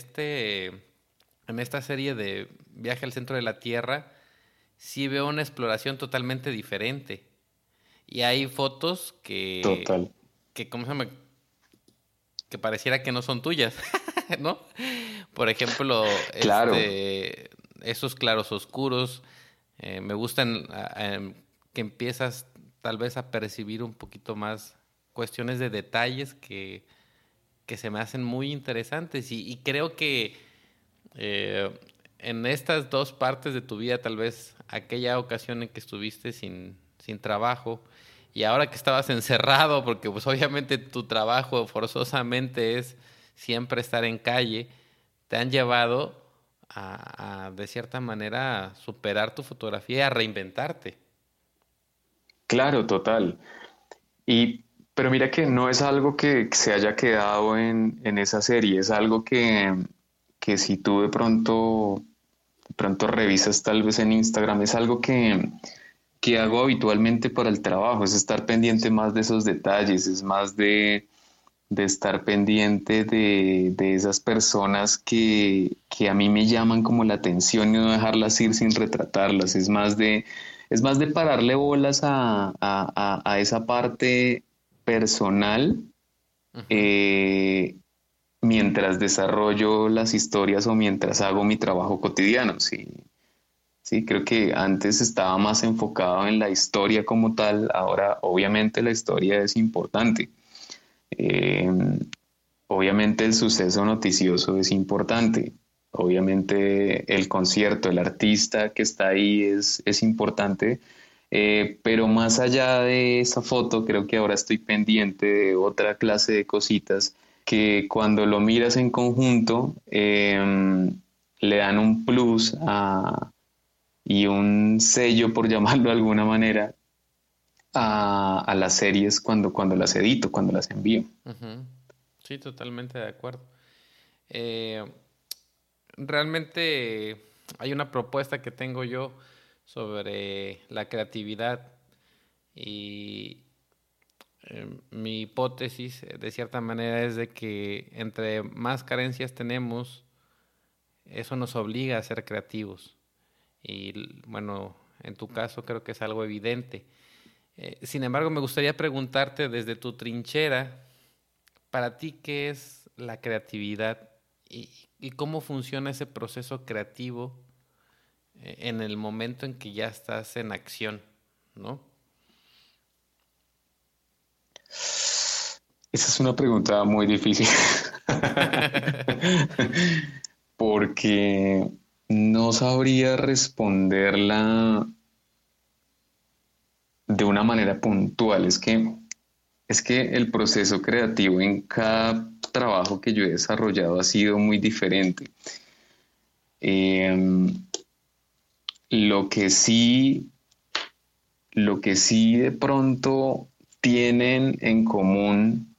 A: en esta serie de Viaje al Centro de la Tierra, sí veo una exploración totalmente diferente. Y hay fotos
C: total.
A: ¿cómo se llama? Que pareciera que no son tuyas, ¿no? Por ejemplo,
C: Claro,
A: esos claros oscuros, me gustan que empiezas tal vez a percibir un poquito más cuestiones de detalles que se me hacen muy interesantes y creo que eh, en estas dos partes de tu vida, tal vez aquella ocasión en que estuviste sin trabajo y ahora que estabas encerrado, porque pues obviamente tu trabajo forzosamente es siempre estar en calle, te han llevado de cierta manera, superar tu fotografía y a reinventarte.
C: claro, total. Y, pero mira que no es algo que se haya quedado en esa serie, es algo que si tú de pronto revisas tal vez en Instagram, es algo que hago habitualmente para el trabajo, es estar pendiente más de esos detalles, es más de estar pendiente de esas personas que a mí me llaman como la atención y no dejarlas ir sin retratarlas, es más de pararle bolas a esa parte personal
A: Ujú.
C: eh, mientras desarrollo las historias o mientras hago mi trabajo cotidiano. Sí, sí, creo que antes estaba más enfocado en la historia como tal, ahora obviamente la historia es importante. Eh, Obviamente el suceso noticioso es importante. Obviamente el concierto, el artista que está ahí es importante. Pero más allá de esa foto, creo que ahora estoy pendiente de otra clase de cositas que cuando lo miras en conjunto le dan un plus y un sello, por llamarlo de alguna manera, a las series cuando las edito, cuando las envío.
A: Ujú. Sí, totalmente de acuerdo. Eh, Realmente hay una propuesta que tengo yo sobre la creatividad y mi hipótesis de cierta manera es de que entre más carencias tenemos, eso nos obliga a ser creativos. Y bueno, en tu caso creo que es algo evidente. Sin embargo, me gustaría preguntarte desde tu trinchera, para ti, ¿qué es la creatividad y cómo funciona ese proceso creativo en el momento en que ya estás en acción, ¿no?
C: Esa es una pregunta muy difícil porque no sabría responderla de una manera puntual. Es que el proceso creativo en cada trabajo que yo he desarrollado ha sido muy diferente. Eh, lo que sí, lo que sí de pronto tienen en común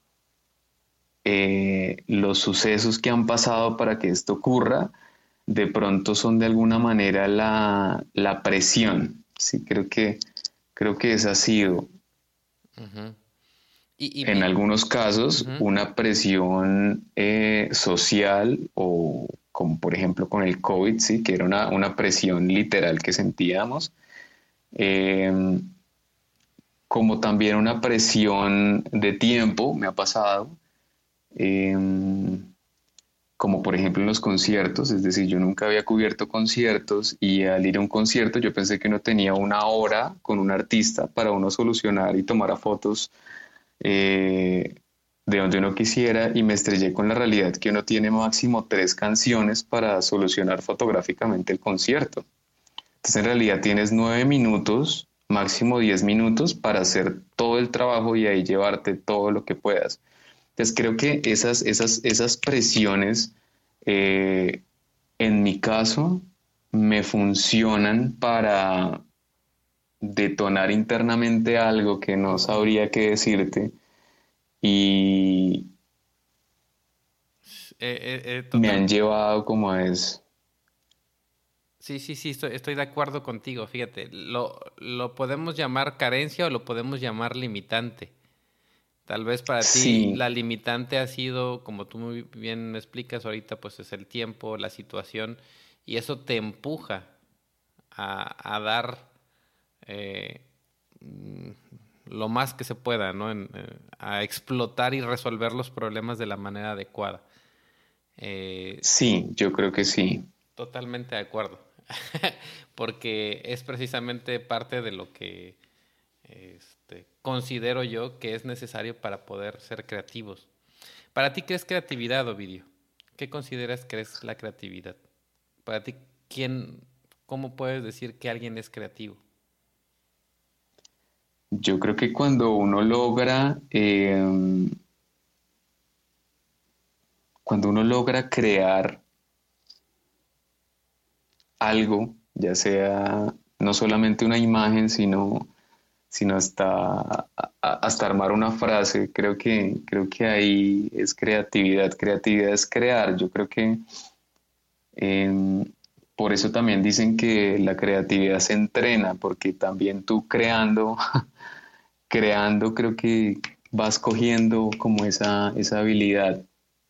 C: los sucesos que han pasado para que esto ocurra, de pronto son de alguna manera la presión. Sí, creo que esa ha sido
A: Ujú.
C: en algunos casos
A: Ujú.
C: una presión social o como por ejemplo con el COVID, sí, que era una presión literal que sentíamos, eh, como también una presión de tiempo, me ha pasado, eh, como por ejemplo en los conciertos, es decir, yo nunca había cubierto conciertos y al ir a un concierto yo pensé que uno tenía una hora con un artista para uno solucionar y tomar fotos eh, de donde uno quisiera y me estrellé con la realidad que uno tiene máximo 3 canciones para solucionar fotográficamente el concierto. Entonces en realidad tienes 9 minutos, máximo 10 minutos para hacer todo el trabajo y ahí llevarte todo lo que puedas. Entonces creo que esas presiones, eh, en mi caso, me funcionan para detonar internamente algo que no sabría qué decirte y me
A: Total.
C: han llevado como a eso.
A: Sí, sí, sí, estoy de acuerdo contigo. Fíjate, lo podemos llamar carencia o lo podemos llamar limitante. Tal vez para ti
C: Sí,
A: la limitante ha sido, como tú muy bien me explicas ahorita, pues es el tiempo, la situación, y eso te empuja a dar eh, mm, lo más que se pueda, ¿no? A explotar y resolver los problemas de la manera adecuada. Eh,
C: sí, yo creo que sí.
A: Totalmente de acuerdo. Porque es precisamente parte de lo que considero yo que es necesario para poder ser creativos. Para ti, ¿qué es creatividad, Ovidio? ¿Qué consideras que es la creatividad? Para ti, cómo puedes decir que alguien es creativo?
C: Yo creo que cuando uno logra crear algo, ya sea no solamente una imagen, sino hasta armar una frase, creo que ahí es creatividad. Creatividad es crear. Yo creo que em, por eso también dicen que la creatividad se entrena, porque también tú creando, creando, creo que vas cogiendo como esa habilidad.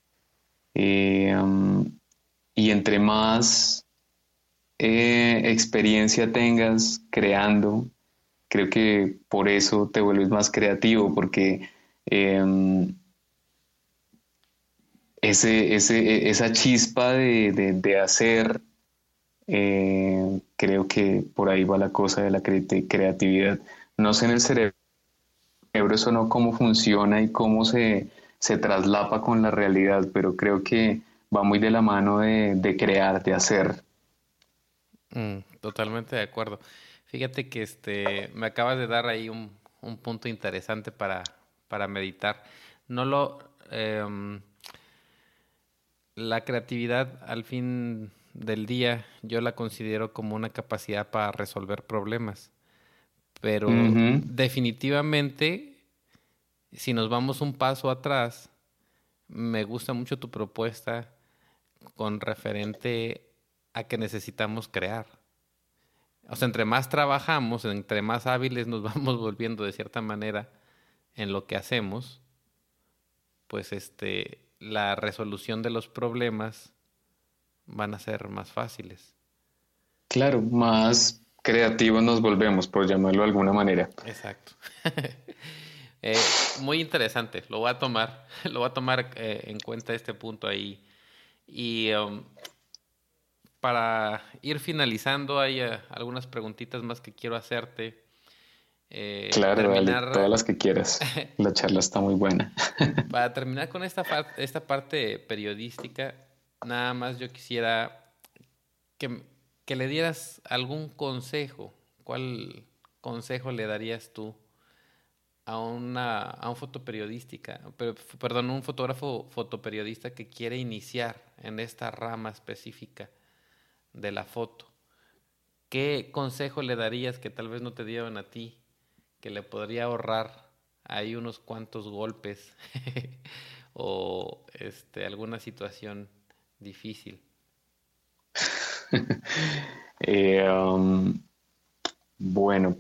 C: Y entre más experiencia tengas creando, creo que por eso te vuelves más creativo, porque eh, esa chispa de hacer, creo que por ahí va la cosa de la creatividad. No sé en el cerebro eso no cómo funciona y cómo se traslapa con la realidad, pero creo que va muy de la mano de crear, de hacer.
A: Totalmente de acuerdo. Fíjate que me acabas de dar ahí un punto interesante para meditar. No lo, em, la creatividad al fin del día yo la considero como una capacidad para resolver problemas, pero
C: Ujú.
A: definitivamente si nos vamos un paso atrás, me gusta mucho tu propuesta con referente a que necesitamos crear. O sea, entre más trabajamos, entre más hábiles nos vamos volviendo de cierta manera en lo que hacemos, pues la resolución de los problemas van a ser más fáciles.
C: Claro, más creativos nos volvemos, por llamarlo de alguna manera.
A: Exacto. Muy interesante, lo voy a tomar, lo voy a tomar en cuenta este punto ahí. Y para ir finalizando, hay algunas preguntitas más que quiero hacerte.
C: Claro, dale, todas
A: Terminar,
C: las que quieras. La charla está muy buena.
A: para terminar con esta parte periodística, nada más yo quisiera que, que le dieras algún consejo. ¿Cuál consejo le darías tú a un fotoperiodística, perdón, un fotógrafo fotoperiodista que quiere iniciar en esta rama específica de la foto? ¿Qué consejo le darías que tal vez no te dieron a ti, que le podría ahorrar ahí unos cuantos golpes o alguna situación difícil?
C: Eh, um, bueno,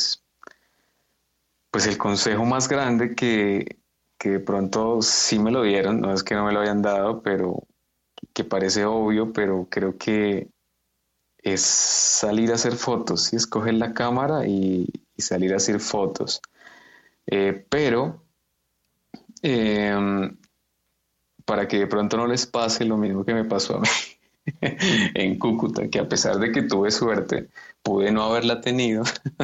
C: pues el consejo más grande que de pronto sí me lo dieron, no es que no me lo hayan dado, pero que parece obvio, pero creo que es salir a hacer fotos, y escoger la cámara y salir a hacer fotos. Pero eh, para que de pronto no les pase lo mismo que me pasó a mí en Cúcuta, que a pesar de que tuve suerte, pude no haberla tenido,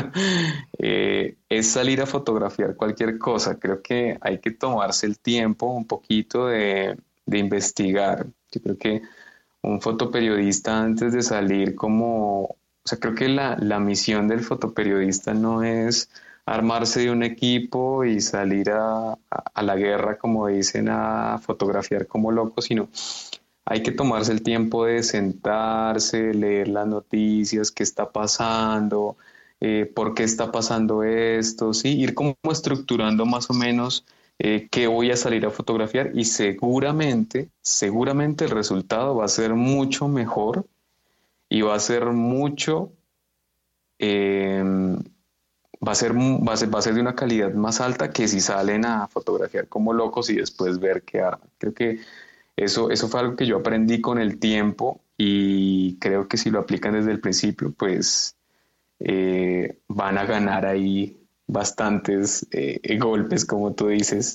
C: es salir a fotografiar cualquier cosa. Creo que hay que tomarse el tiempo un poquito de investigar. Yo creo que un fotoperiodista antes de salir como, o sea, creo que la misión del fotoperiodista no es armarse de un equipo y salir a la guerra, como dicen, a fotografiar como locos, sino hay que tomarse el tiempo de sentarse, leer las noticias, qué está pasando, por qué está pasando esto, ¿sí? Ir como estructurando más o menos qué voy a salir a fotografiar y seguramente el resultado va a ser mucho mejor y va a ser mucho, eh, va a ser de una calidad más alta que si salen a fotografiar como locos y después ver qué arman. Creo que eso fue algo que yo aprendí con el tiempo y creo que si lo aplican desde el principio, pues van a ganar ahí bastantes golpes, como tú dices,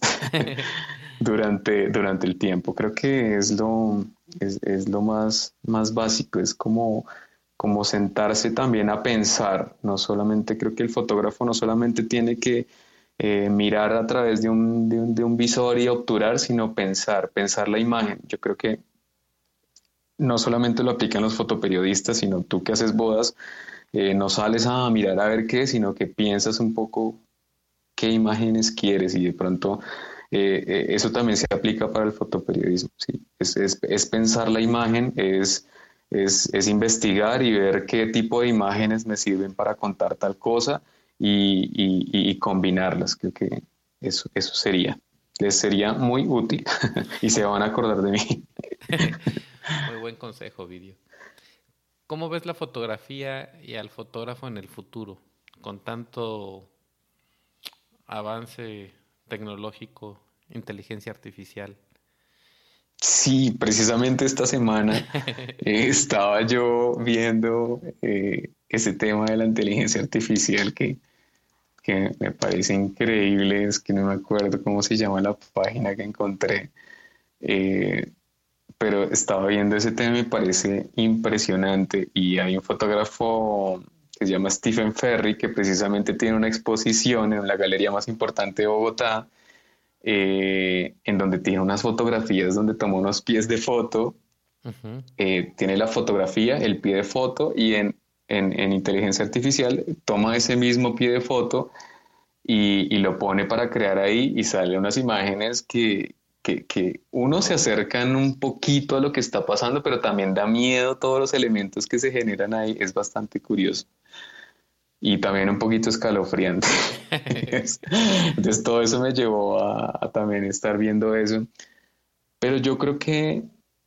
C: durante el tiempo. Creo que es lo más básico, es como sentarse también a pensar, no solamente, creo que el fotógrafo no solamente tiene que mirar a través de un visor y obturar, sino pensar la imagen. Yo creo que no solamente lo aplican los fotoperiodistas, sino tú que haces bodas, no sales a mirar a ver qué, sino que piensas un poco qué imágenes quieres y de pronto eso también se aplica para el fotoperiodismo. ¿Sí? Es pensar la imagen, es investigar y ver qué tipo de imágenes me sirven para contar tal cosa y combinarlas. Creo que eso sería. Les sería muy útil y se van a acordar de mí.
A: Muy buen consejo, Vidio. ¿Cómo ves la fotografía y al fotógrafo en el futuro? Con tanto avance tecnológico, inteligencia artificial.
C: Sí, precisamente esta semana estaba yo viendo ese tema de la inteligencia artificial que me parece increíble, es que no me acuerdo cómo se llama la página que encontré, eh, pero estaba viendo ese tema y me parece impresionante y hay un fotógrafo que se llama Stephen Ferry que precisamente tiene una exposición en la galería más importante de Bogotá, en donde tiene unas fotografías donde toma unos pies de foto,
A: Ujú.
C: tiene la fotografía, el pie de foto y en inteligencia artificial toma ese mismo pie de foto y lo pone para crear ahí y sale unas imágenes que uno se acercan un poquito a lo que está pasando, pero también da miedo todos los elementos que se generan ahí, es bastante curioso y también un poquito escalofriante. Entonces todo eso me llevó a también estar viendo eso. Pero yo creo que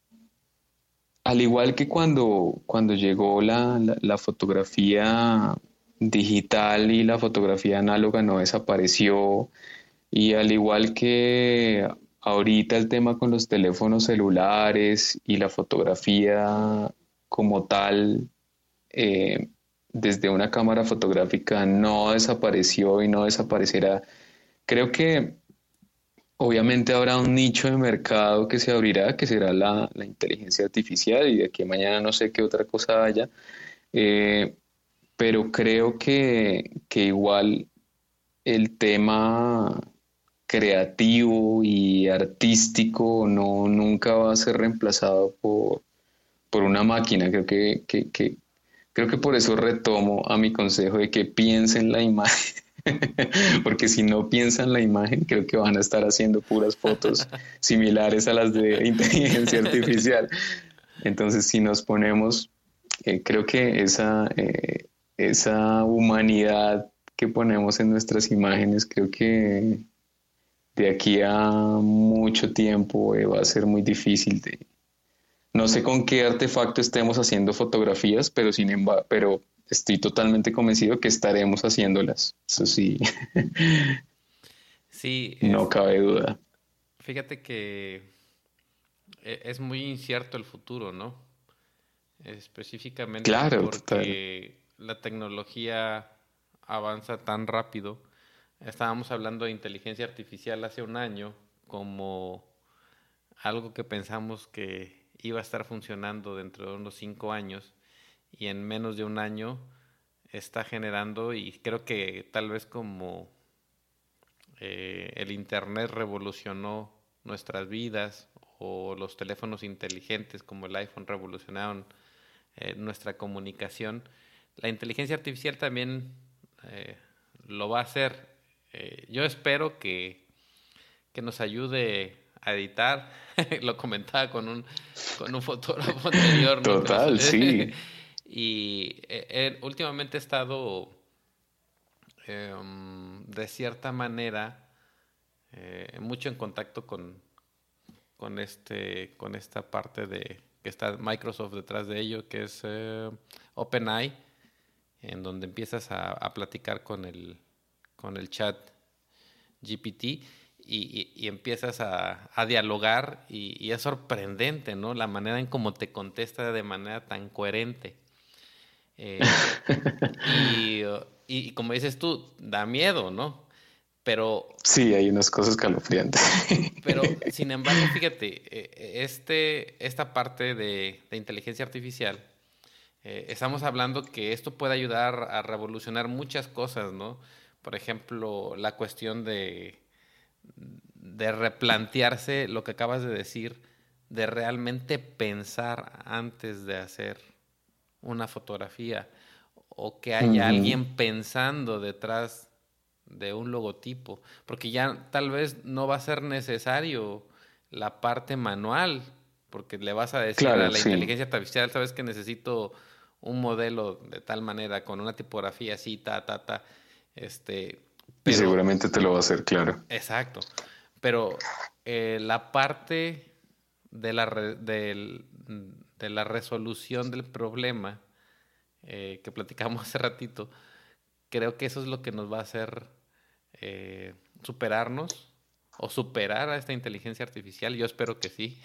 C: al igual que cuando llegó la fotografía digital y la fotografía análoga no desapareció, y al igual que ahorita el tema con los teléfonos celulares y la fotografía como tal, eh, desde una cámara fotográfica no desapareció y no desaparecerá. Creo que obviamente habrá un nicho de mercado que se abrirá, que será la inteligencia artificial y de aquí a mañana no sé qué otra cosa haya, eh, pero creo que igual el tema creativo y artístico no, nunca va a ser reemplazado por una máquina. Creo que por eso retomo a mi consejo de que piensen la imagen, porque si no piensan la imagen, creo que van a estar haciendo puras fotos similares a las de inteligencia artificial. Entonces, si nos ponemos, creo que esa humanidad que ponemos en nuestras imágenes, creo que de aquí a mucho tiempo va a ser muy difícil de, no sé con qué artefacto estemos haciendo fotografías, pero sin embargo, pero estoy totalmente convencido que estaremos haciéndolas. Eso sí,
A: Sí,
C: no cabe duda.
A: fíjate que es muy incierto el futuro, ¿no? Específicamente
C: Claro, total.
A: porque la tecnología avanza tan rápido. Estábamos hablando de inteligencia artificial hace un año como algo que pensamos que iba a estar funcionando dentro de unos 5 años y en menos de un año está generando, y creo que tal vez como el internet revolucionó nuestras vidas o los teléfonos inteligentes como el iPhone revolucionaron nuestra comunicación, la inteligencia artificial también lo va a hacer. Yo espero que nos ayude a editar. Lo comentaba con un fotógrafo anterior, ¿no?
C: Total, sí.
A: Y últimamente he estado de cierta manera mucho en contacto con esta parte de que está Microsoft detrás de ello, que es OpenAI, en donde empiezas a platicar con el chat GPT y empiezas a dialogar y es sorprendente, ¿no? La manera en cómo te contesta de manera tan coherente. Eh, y como dices tú, da miedo, ¿no? Pero,
C: Sí, hay unas cosas escalofriantes.
A: sin embargo, fíjate, esta parte de inteligencia artificial, estamos hablando que esto puede ayudar a revolucionar muchas cosas, ¿no? Por ejemplo, la cuestión de replantearse lo que acabas de decir, de realmente pensar antes de hacer una fotografía o que haya
C: Ujú.
A: alguien pensando detrás de un logotipo, porque ya tal vez no va a ser necesario la parte manual, porque le vas a decir a
C: Claro,
A: la
C: sí.
A: inteligencia artificial, sabes que necesito un modelo de tal manera, con una tipografía así, este,
C: Y
A: pero,
C: seguramente te lo va a hacer, claro.
A: exacto, pero la parte de la resolución del problema que platicamos hace ratito, creo que eso es lo que nos va a hacer superarnos o superar a esta inteligencia artificial. Yo espero que sí.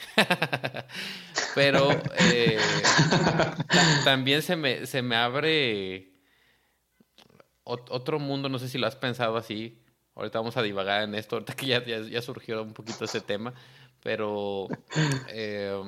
A: Pero también se me abre otro mundo, no sé si lo has pensado así. Ahorita vamos a divagar en esto, ahorita que ya surgió un poquito ese tema, pero eh,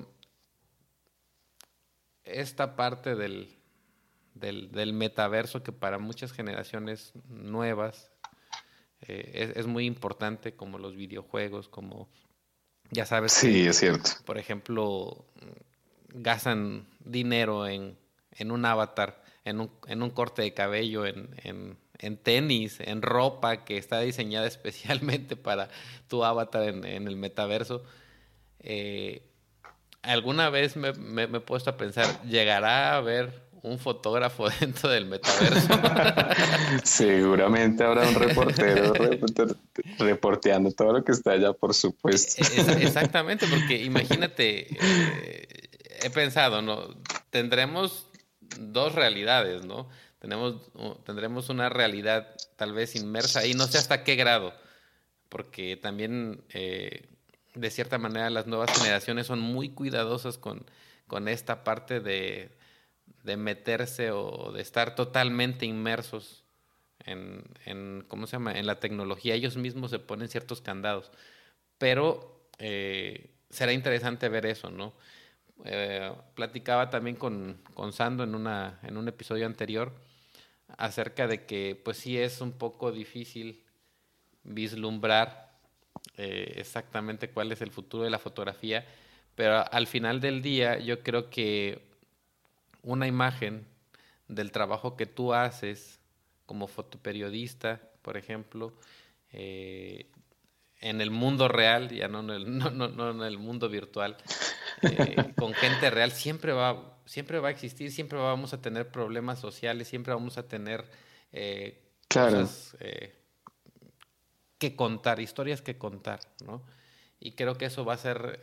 A: esta parte del metaverso que para muchas generaciones nuevas es muy importante, como los videojuegos, como ya sabes que,
C: Sí, es cierto.
A: por ejemplo, gastan dinero en un avatar, en un corte de cabello, en tenis, en ropa que está diseñada especialmente para tu avatar en el metaverso. Eh, Alguna vez me he puesto a pensar, ¿llegará a haber un fotógrafo dentro del metaverso?
C: Seguramente habrá un reporteando todo lo que está allá, por supuesto.
A: Exactamente, porque imagínate, he pensado, ¿no? Tendremos dos realidades, ¿no? Tendremos una realidad tal vez inmersa y no sé hasta qué grado, porque también de cierta manera las nuevas generaciones son muy cuidadosas con esta parte de meterse o de estar totalmente inmersos ¿cómo se llama? En la tecnología. Ellos mismos se ponen ciertos candados. Pero será interesante ver eso, ¿no? Platicaba también con Sando en un episodio anterior acerca de que pues sí es un poco difícil vislumbrar exactamente cuál es el futuro de la fotografía, pero al final del día yo creo que una imagen del trabajo que tú haces como fotoperiodista, por ejemplo, eh, en el mundo real, ya no en no en el mundo virtual, con gente real, siempre va a existir, siempre vamos a tener problemas sociales, siempre vamos a tener
C: Claro,
A: cosas que contar, historias que contar, ¿no? Y creo que eso va a ser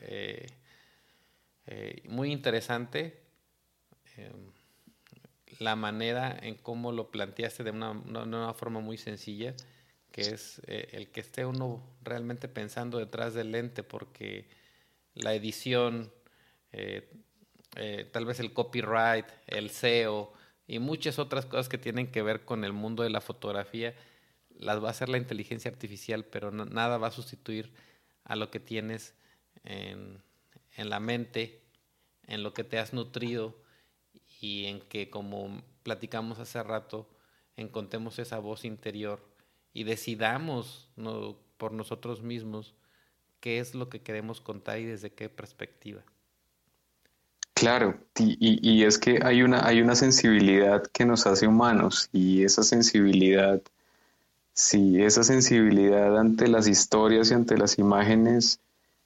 A: muy interesante, eh, la manera en cómo lo planteaste de una forma muy sencilla, que es el que esté uno realmente pensando detrás del lente, porque la edición, eh, tal vez el copyright, el SEO y muchas otras cosas que tienen que ver con el mundo de la fotografía, las va a hacer la inteligencia artificial, pero nada va a sustituir a lo que tienes en, en la mente, en lo que te has nutrido y en que, como platicamos hace rato, encontremos esa voz interior y decidamos, ¿no?, por nosotros mismos qué es lo que queremos contar y desde qué perspectiva.
C: Claro, y es que hay una sensibilidad que nos hace humanos y esa sensibilidad, sí, esa sensibilidad ante las historias y ante las imágenes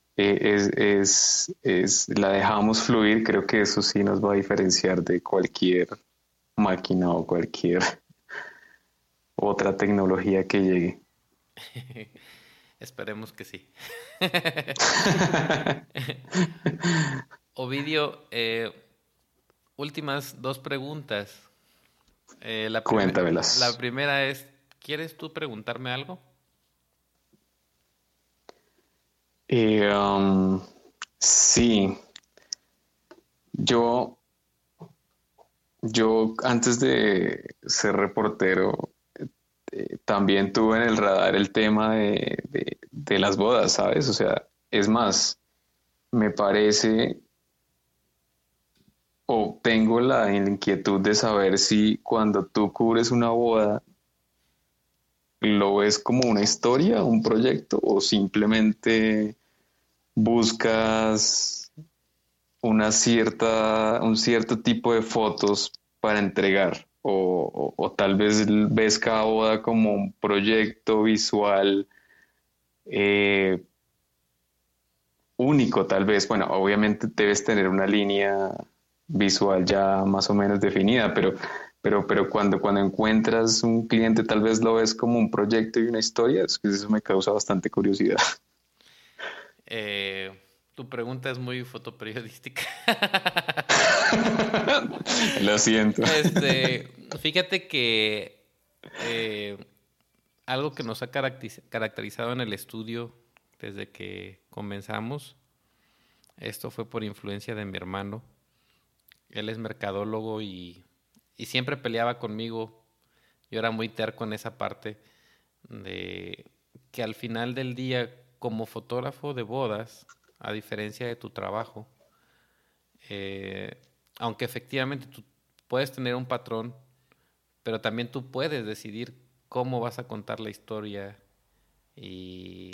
C: la dejamos fluir, creo que eso sí nos va a diferenciar de cualquier máquina o cualquier otra tecnología que llegue.
A: Esperemos que sí. Ovidio, últimas dos preguntas. La
C: Cuéntamelas.
A: primera es, ¿quieres tú preguntarme algo?
C: Eh, um, sí, yo, yo antes de ser reportero también tuve en el radar el tema de las bodas, ¿sabes? O sea, es más, me parece o tengo la inquietud de saber si cuando tú cubres una boda, lo ves como una historia, un proyecto, o simplemente buscas un cierto tipo de fotos para entregar, o tal vez ves cada boda como un proyecto visual eh, único, tal vez. Bueno, obviamente debes tener una línea visual ya más o menos definida, pero cuando encuentras un cliente, tal vez lo ves como un proyecto y una historia. Es que eso me causa bastante curiosidad.
A: Eh, Tu pregunta es muy fotoperiodística.
C: Lo siento.
A: Fíjate que eh, algo que nos ha caracterizado en el estudio desde que comenzamos, esto fue por influencia de mi hermano. Él es mercadólogo y siempre peleaba conmigo. Yo era muy terco en esa parte de que al final del día, como fotógrafo de bodas, a diferencia de tu trabajo, eh, aunque efectivamente tú puedes tener un patrón, pero también tú puedes decidir cómo vas a contar la historia y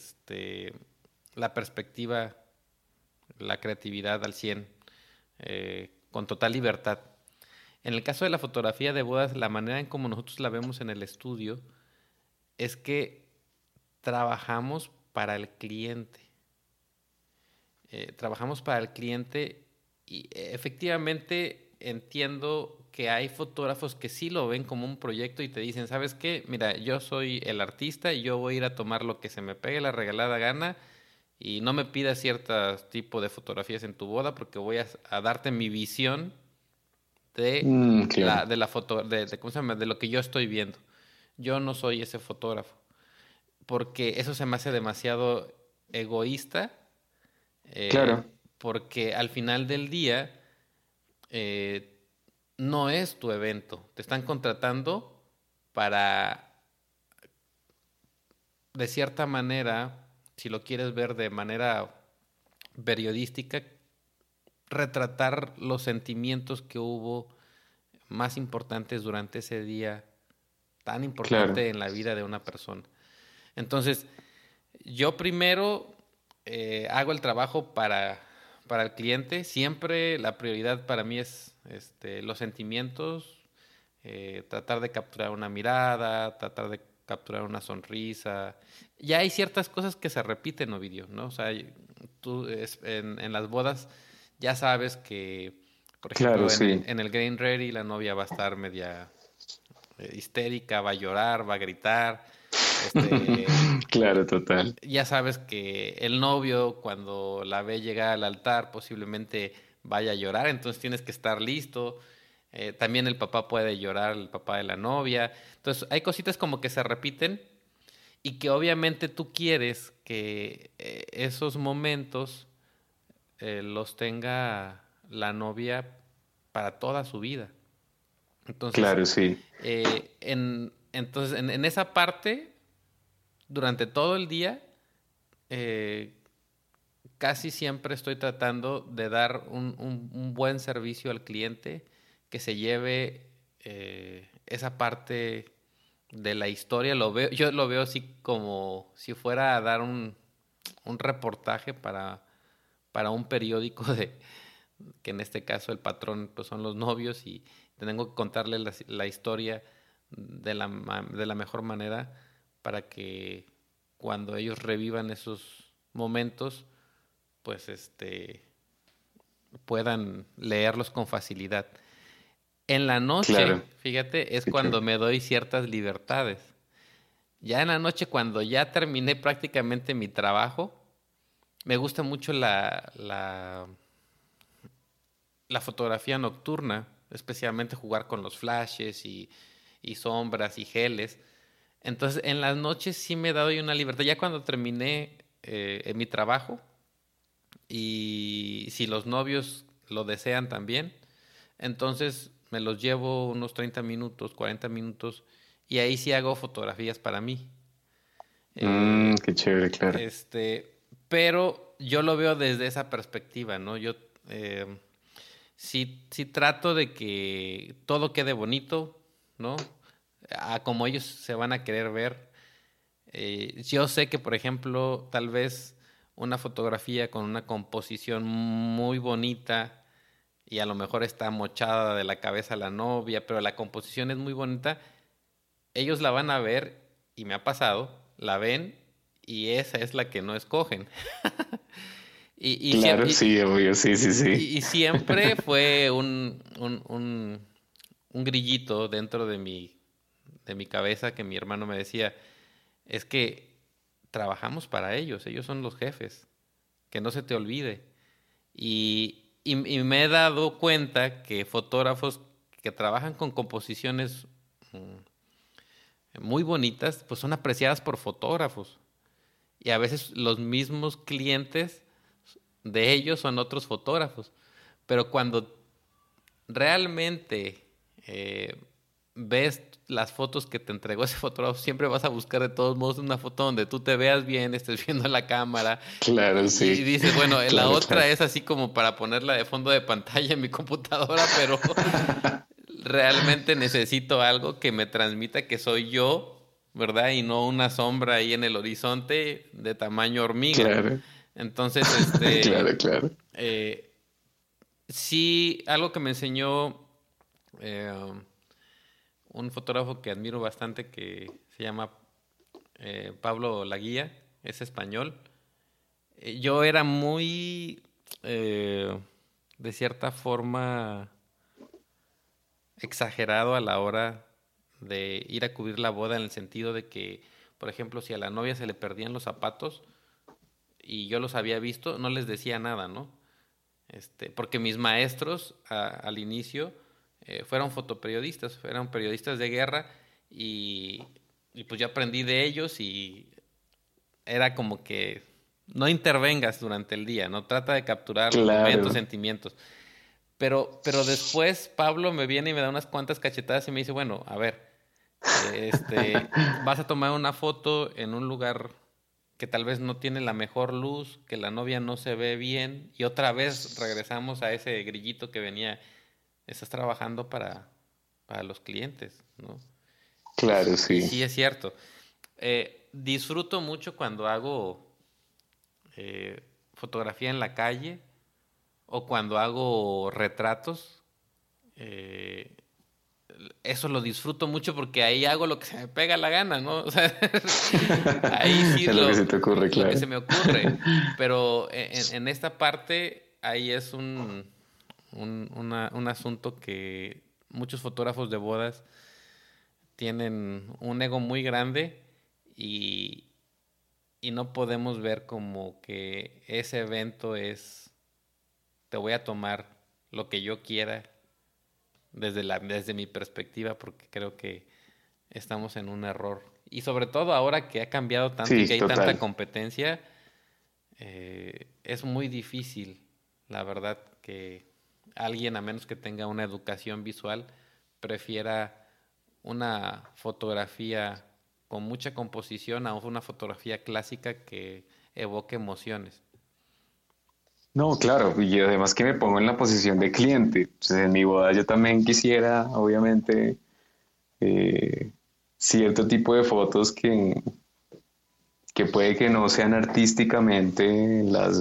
A: la perspectiva, la creatividad al 100, con total libertad. En el caso de la fotografía de bodas, la manera en como nosotros la vemos en el estudio es que trabajamos para el cliente. Trabajamos para el cliente y efectivamente entiendo que hay fotógrafos que sí lo ven como un proyecto y te dicen, ¿sabes qué? Mira, yo soy el artista y yo voy a ir a tomar lo que se me pegue la regalada gana y no me pidas cierto tipo de fotografías en tu boda porque voy a darte mi visión
C: Claro,
A: de la foto, ¿cómo se llama? De lo que yo estoy viendo. Yo no soy ese fotógrafo porque eso se me hace demasiado egoísta,
C: claro,
A: porque al final del día eh, no es tu evento. Te están contratando para, de cierta manera, si lo quieres ver de manera periodística, retratar los sentimientos que hubo más importantes durante ese día tan
C: claro.
A: importante en la vida de una persona. Entonces, yo primero hago el trabajo para el cliente. Siempre la prioridad para mí es los sentimientos, tratar de capturar una mirada, tratar de capturar una sonrisa. Ya hay ciertas cosas que se repiten, Ovidio, ¿no? O sea, en las bodas ya sabes que, por
C: Claro,
A: ejemplo,
C: sí.
A: en el Green Ready la novia va a estar media histérica, va a llorar, va a gritar. Este,
C: Claro, total.
A: ya sabes que el novio, cuando la ve llegar al altar, posiblemente vaya a llorar, entonces tienes que estar listo. También el papá puede llorar, el papá de la novia. Entonces, hay cositas como que se repiten y que obviamente tú quieres que esos momentos los tenga la novia para toda su vida. Entonces,
C: Claro, sí.
A: en esa parte, durante todo el día, eh, casi siempre estoy tratando de dar un buen servicio al cliente que se lleve esa parte de la historia. Yo lo veo así como si fuera a dar un reportaje para un periódico que en este caso el patrón pues son los novios y tengo que contarle la historia de la mejor manera para que cuando ellos revivan esos momentos, pues puedan leerlos con facilidad. En la noche,
C: Claro,
A: fíjate, es
C: qué
A: cuando
C: chévere.
A: me doy ciertas libertades. Ya en la noche, cuando ya terminé prácticamente mi trabajo, me gusta mucho la fotografía nocturna, especialmente jugar con los flashes y sombras y geles. Entonces, en las noches sí me he dado una libertad. Ya cuando terminé en mi trabajo, y si los novios lo desean también, entonces me los llevo unos 30 minutos, 40 minutos, y ahí sí hago fotografías para mí. Eh,
C: Qué chévere, claro.
A: pero yo lo veo desde esa perspectiva, ¿no? Yo eh, sí trato de que todo quede bonito, ¿no? A como ellos se van a querer ver. Yo sé que, por ejemplo, tal vez una fotografía con una composición muy bonita y a lo mejor está mochada de la cabeza la novia, pero la composición es muy bonita, ellos la van a ver y me ha pasado, la ven y esa es la que no escogen. Y, y, sie-
C: Claro,
A: y-
C: sí, obvio, sí, sí, sí.
A: y siempre fue un grillito dentro de mi cabeza que mi hermano me decía, es que trabajamos para ellos, ellos son los jefes, que no se te olvide. Y me he dado cuenta que fotógrafos que trabajan con composiciones muy bonitas, pues son apreciadas por fotógrafos. Y a veces los mismos clientes de ellos son otros fotógrafos. Pero cuando realmente eh, ves las fotos que te entregó ese fotógrafo, siempre vas a buscar de todos modos una foto donde tú te veas bien, estés viendo la cámara
C: Claro,
A: y
C: sí.
A: dices, bueno, la
C: Claro,
A: otra
C: claro.
A: es así como para ponerla de fondo de pantalla en mi computadora, pero realmente necesito algo que me transmita que soy yo, ¿verdad? Y no una sombra ahí en el horizonte de tamaño hormiga.
C: Claro,
A: Entonces,
C: claro, claro.
A: eh, sí, algo que me enseñó eh, un fotógrafo que admiro bastante que se llama Pablo Laguía, es español. Yo era muy, eh, de cierta forma, exagerado a la hora de ir a cubrir la boda en el sentido de que, por ejemplo, si a la novia se le perdían los zapatos y yo los había visto, no les decía nada, ¿no? Porque mis maestros al inicio fueron fotoperiodistas, fueron periodistas de guerra y, y pues yo aprendí de ellos y era como que no intervengas durante el día, no trata de capturar los momentos,
C: Claro.
A: sentimientos. Pero después Pablo me viene y me da unas cuantas cachetadas y me dice, bueno, a ver, vas a tomar una foto en un lugar que tal vez no tiene la mejor luz, que la novia no se ve bien, y otra vez regresamos a ese grillito que venía, estás trabajando para los clientes, ¿no?
C: Claro,
A: Y
C: sí.
A: sí es cierto. Disfruto mucho cuando hago fotografía en la calle o cuando hago retratos. eh, Eso lo disfruto mucho porque ahí hago lo que se me pega la gana, ¿no? O sea, ahí sí
C: Es lo que se te ocurre,
A: lo que
C: claro.
A: se me ocurre. Pero en esta parte, ahí es un asunto que muchos fotógrafos de bodas tienen un ego muy grande y, y no podemos ver como que ese evento es, te voy a tomar lo que yo quiera desde mi perspectiva, porque creo que estamos en un error. Y sobre todo ahora que ha cambiado tanto y
C: Sí,
A: que hay tanta
C: total.
A: competencia, es muy difícil, la verdad, que alguien, a menos que tenga una educación visual, prefiera una fotografía con mucha composición a una fotografía clásica que evoque emociones.
C: No, claro, y además que me pongo en la posición de cliente. Pues en mi boda yo también quisiera, obviamente, eh, cierto tipo de fotos que puede que no sean artísticamente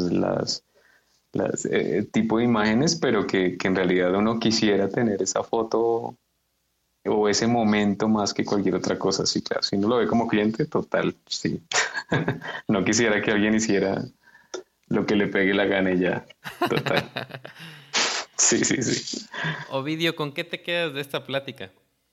C: las tipo de imágenes, pero que en realidad uno quisiera tener esa foto o ese momento más que cualquier otra cosa. Sí, claro, si uno lo ve como cliente, total, sí. No quisiera que alguien hiciera lo que le pegue la gana y ya, total. Sí, sí, sí.
A: Ovidio, ¿con qué te quedas de esta plática?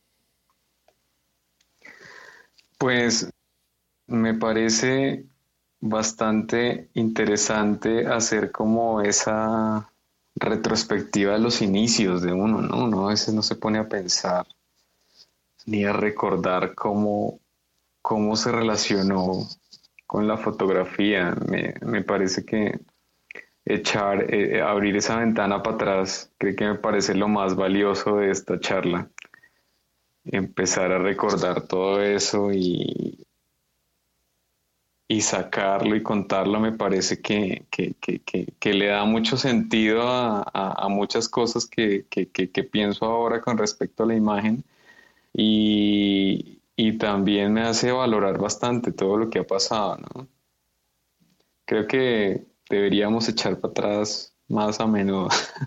C: Pues me parece bastante interesante hacer como esa retrospectiva de los inicios de uno, ¿no? Uno a veces no se pone a pensar ni a recordar cómo se relacionó con la fotografía. Me parece que abrir esa ventana para atrás, creo que me parece lo más valioso de esta charla. Empezar a recordar todo eso y sacarlo y contarlo me parece que le da mucho sentido a muchas cosas que pienso ahora con respecto a la imagen y también me hace valorar bastante todo lo que ha pasado, ¿no? Creo que deberíamos echar para atrás más a menudo.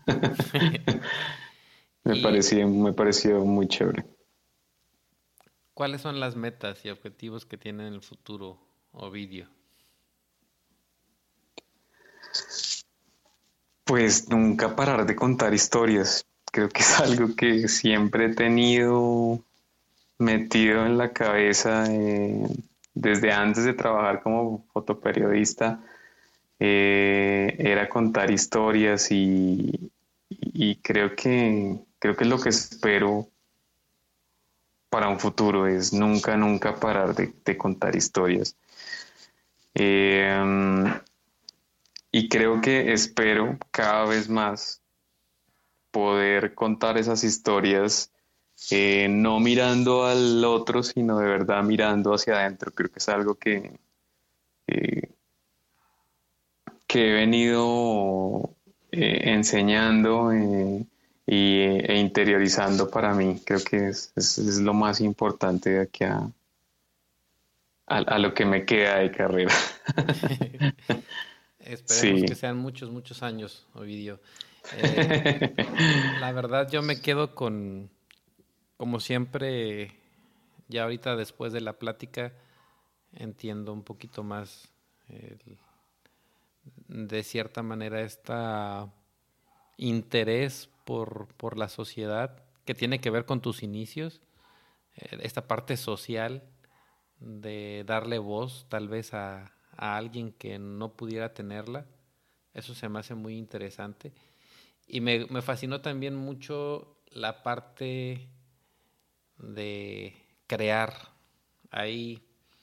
A: ¿Y
C: Me pareció muy chévere.
A: cuáles son las metas y objetivos que tiene en el futuro, Ovidio?
C: Pues nunca parar de contar historias. Creo que es algo que siempre he tenido metido en la cabeza desde antes de trabajar como fotoperiodista. Era contar historias y creo que es lo que espero para un futuro, es nunca, nunca parar de contar historias. Eh, y creo que espero cada vez más poder contar esas historias, no mirando al otro, sino de verdad mirando hacia adentro. Creo que es algo eh, que he venido enseñando e interiorizando para mí. Creo que es lo más importante de aquí a lo que me queda de carrera.
A: Esperemos que
C: Sí.
A: sean muchos, muchos años, Ovidio. Eh, la verdad, yo me quedo con, como siempre, ya ahorita después de la plática, entiendo un poquito más, de cierta manera, este interés por la sociedad que tiene que ver con tus inicios, esta parte social de darle voz tal vez a alguien que no pudiera tenerla. Eso se me hace muy interesante. Y me fascinó también mucho la parte de crear. Ahí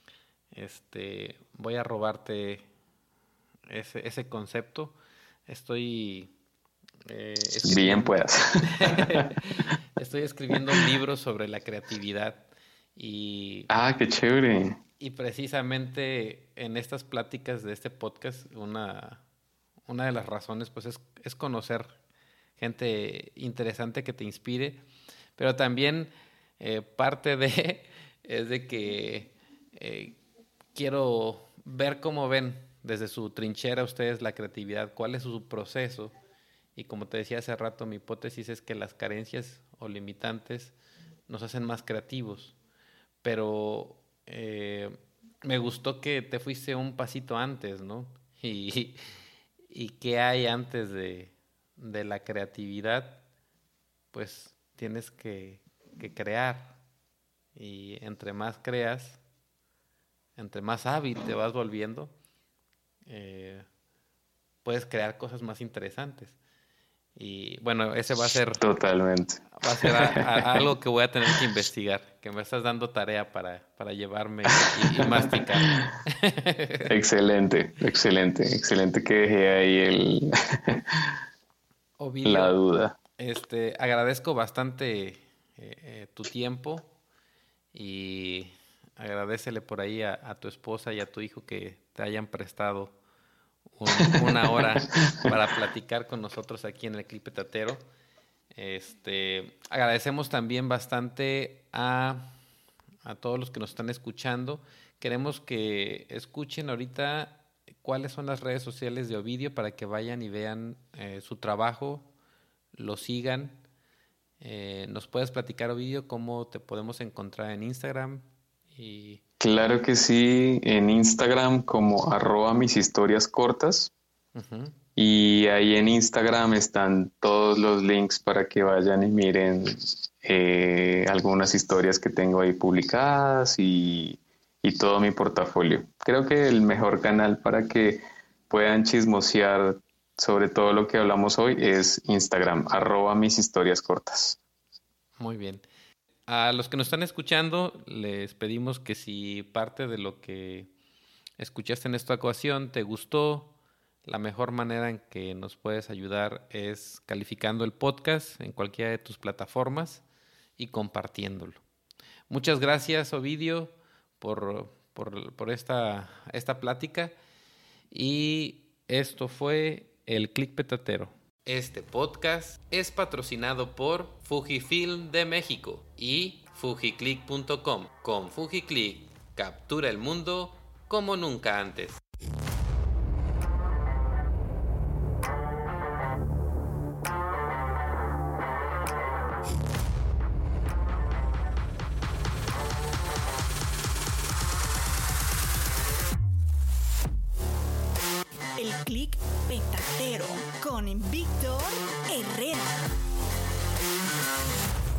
A: voy a robarte ese concepto. Estoy
C: Bien
A: escribiendo
C: puedas.
A: estoy escribiendo un libro sobre la creatividad y,
C: Ah, qué chévere.
A: y precisamente en estas pláticas de este podcast una de las razones pues es conocer gente interesante que te inspire, pero también parte de es de que eh, quiero ver cómo ven desde su trinchera ustedes la creatividad, cuál es su proceso. Y como te decía hace rato, mi hipótesis es que las carencias o limitantes nos hacen más creativos. Pero me gustó que te fuiste un pasito antes, ¿no? Y, y qué hay antes de la creatividad, pues tienes que crear. Y entre más creas, entre más hábil te vas volviendo, eh, puedes crear cosas más interesantes. Y bueno, ese
C: Totalmente.
A: va a ser algo que voy a tener que investigar, que me estás dando tarea para llevarme y masticar.
C: Excelente, excelente, excelente que dejé ahí la
A: Ovidio,
C: duda.
A: agradezco bastante tu tiempo y agradecele por ahí a tu esposa y a tu hijo que te hayan prestado una hora para platicar con nosotros aquí en el Click Petatero. Agradecemos también bastante a todos los que nos están escuchando. Queremos que escuchen ahorita cuáles son las redes sociales de Ovidio para que vayan y vean su trabajo, lo sigan. ¿Nos puedes platicar, Ovidio, cómo te podemos encontrar en Instagram?
C: Claro que sí, en Instagram como @mishistoriascortas.
A: Uh-huh.
C: Y ahí en Instagram están todos los links para que vayan y miren algunas historias que tengo ahí publicadas y todo mi portafolio. Creo que el mejor canal para que puedan chismosear sobre todo lo que hablamos hoy es Instagram, @mishistoriascortas.
A: Muy bien. A los que nos están escuchando, les pedimos que si parte de lo que escuchaste en esta ocasión te gustó, la mejor manera en que nos puedes ayudar es calificando el podcast en cualquiera de tus plataformas y compartiéndolo. Muchas gracias, Ovidio, por esta plática. Y esto fue el Click Petatero. Este podcast es patrocinado por Fujifilm de México y fujiclick.com. Con Fujiclick, captura el mundo como nunca antes.
B: El Click Petatero con Víctor Herrera.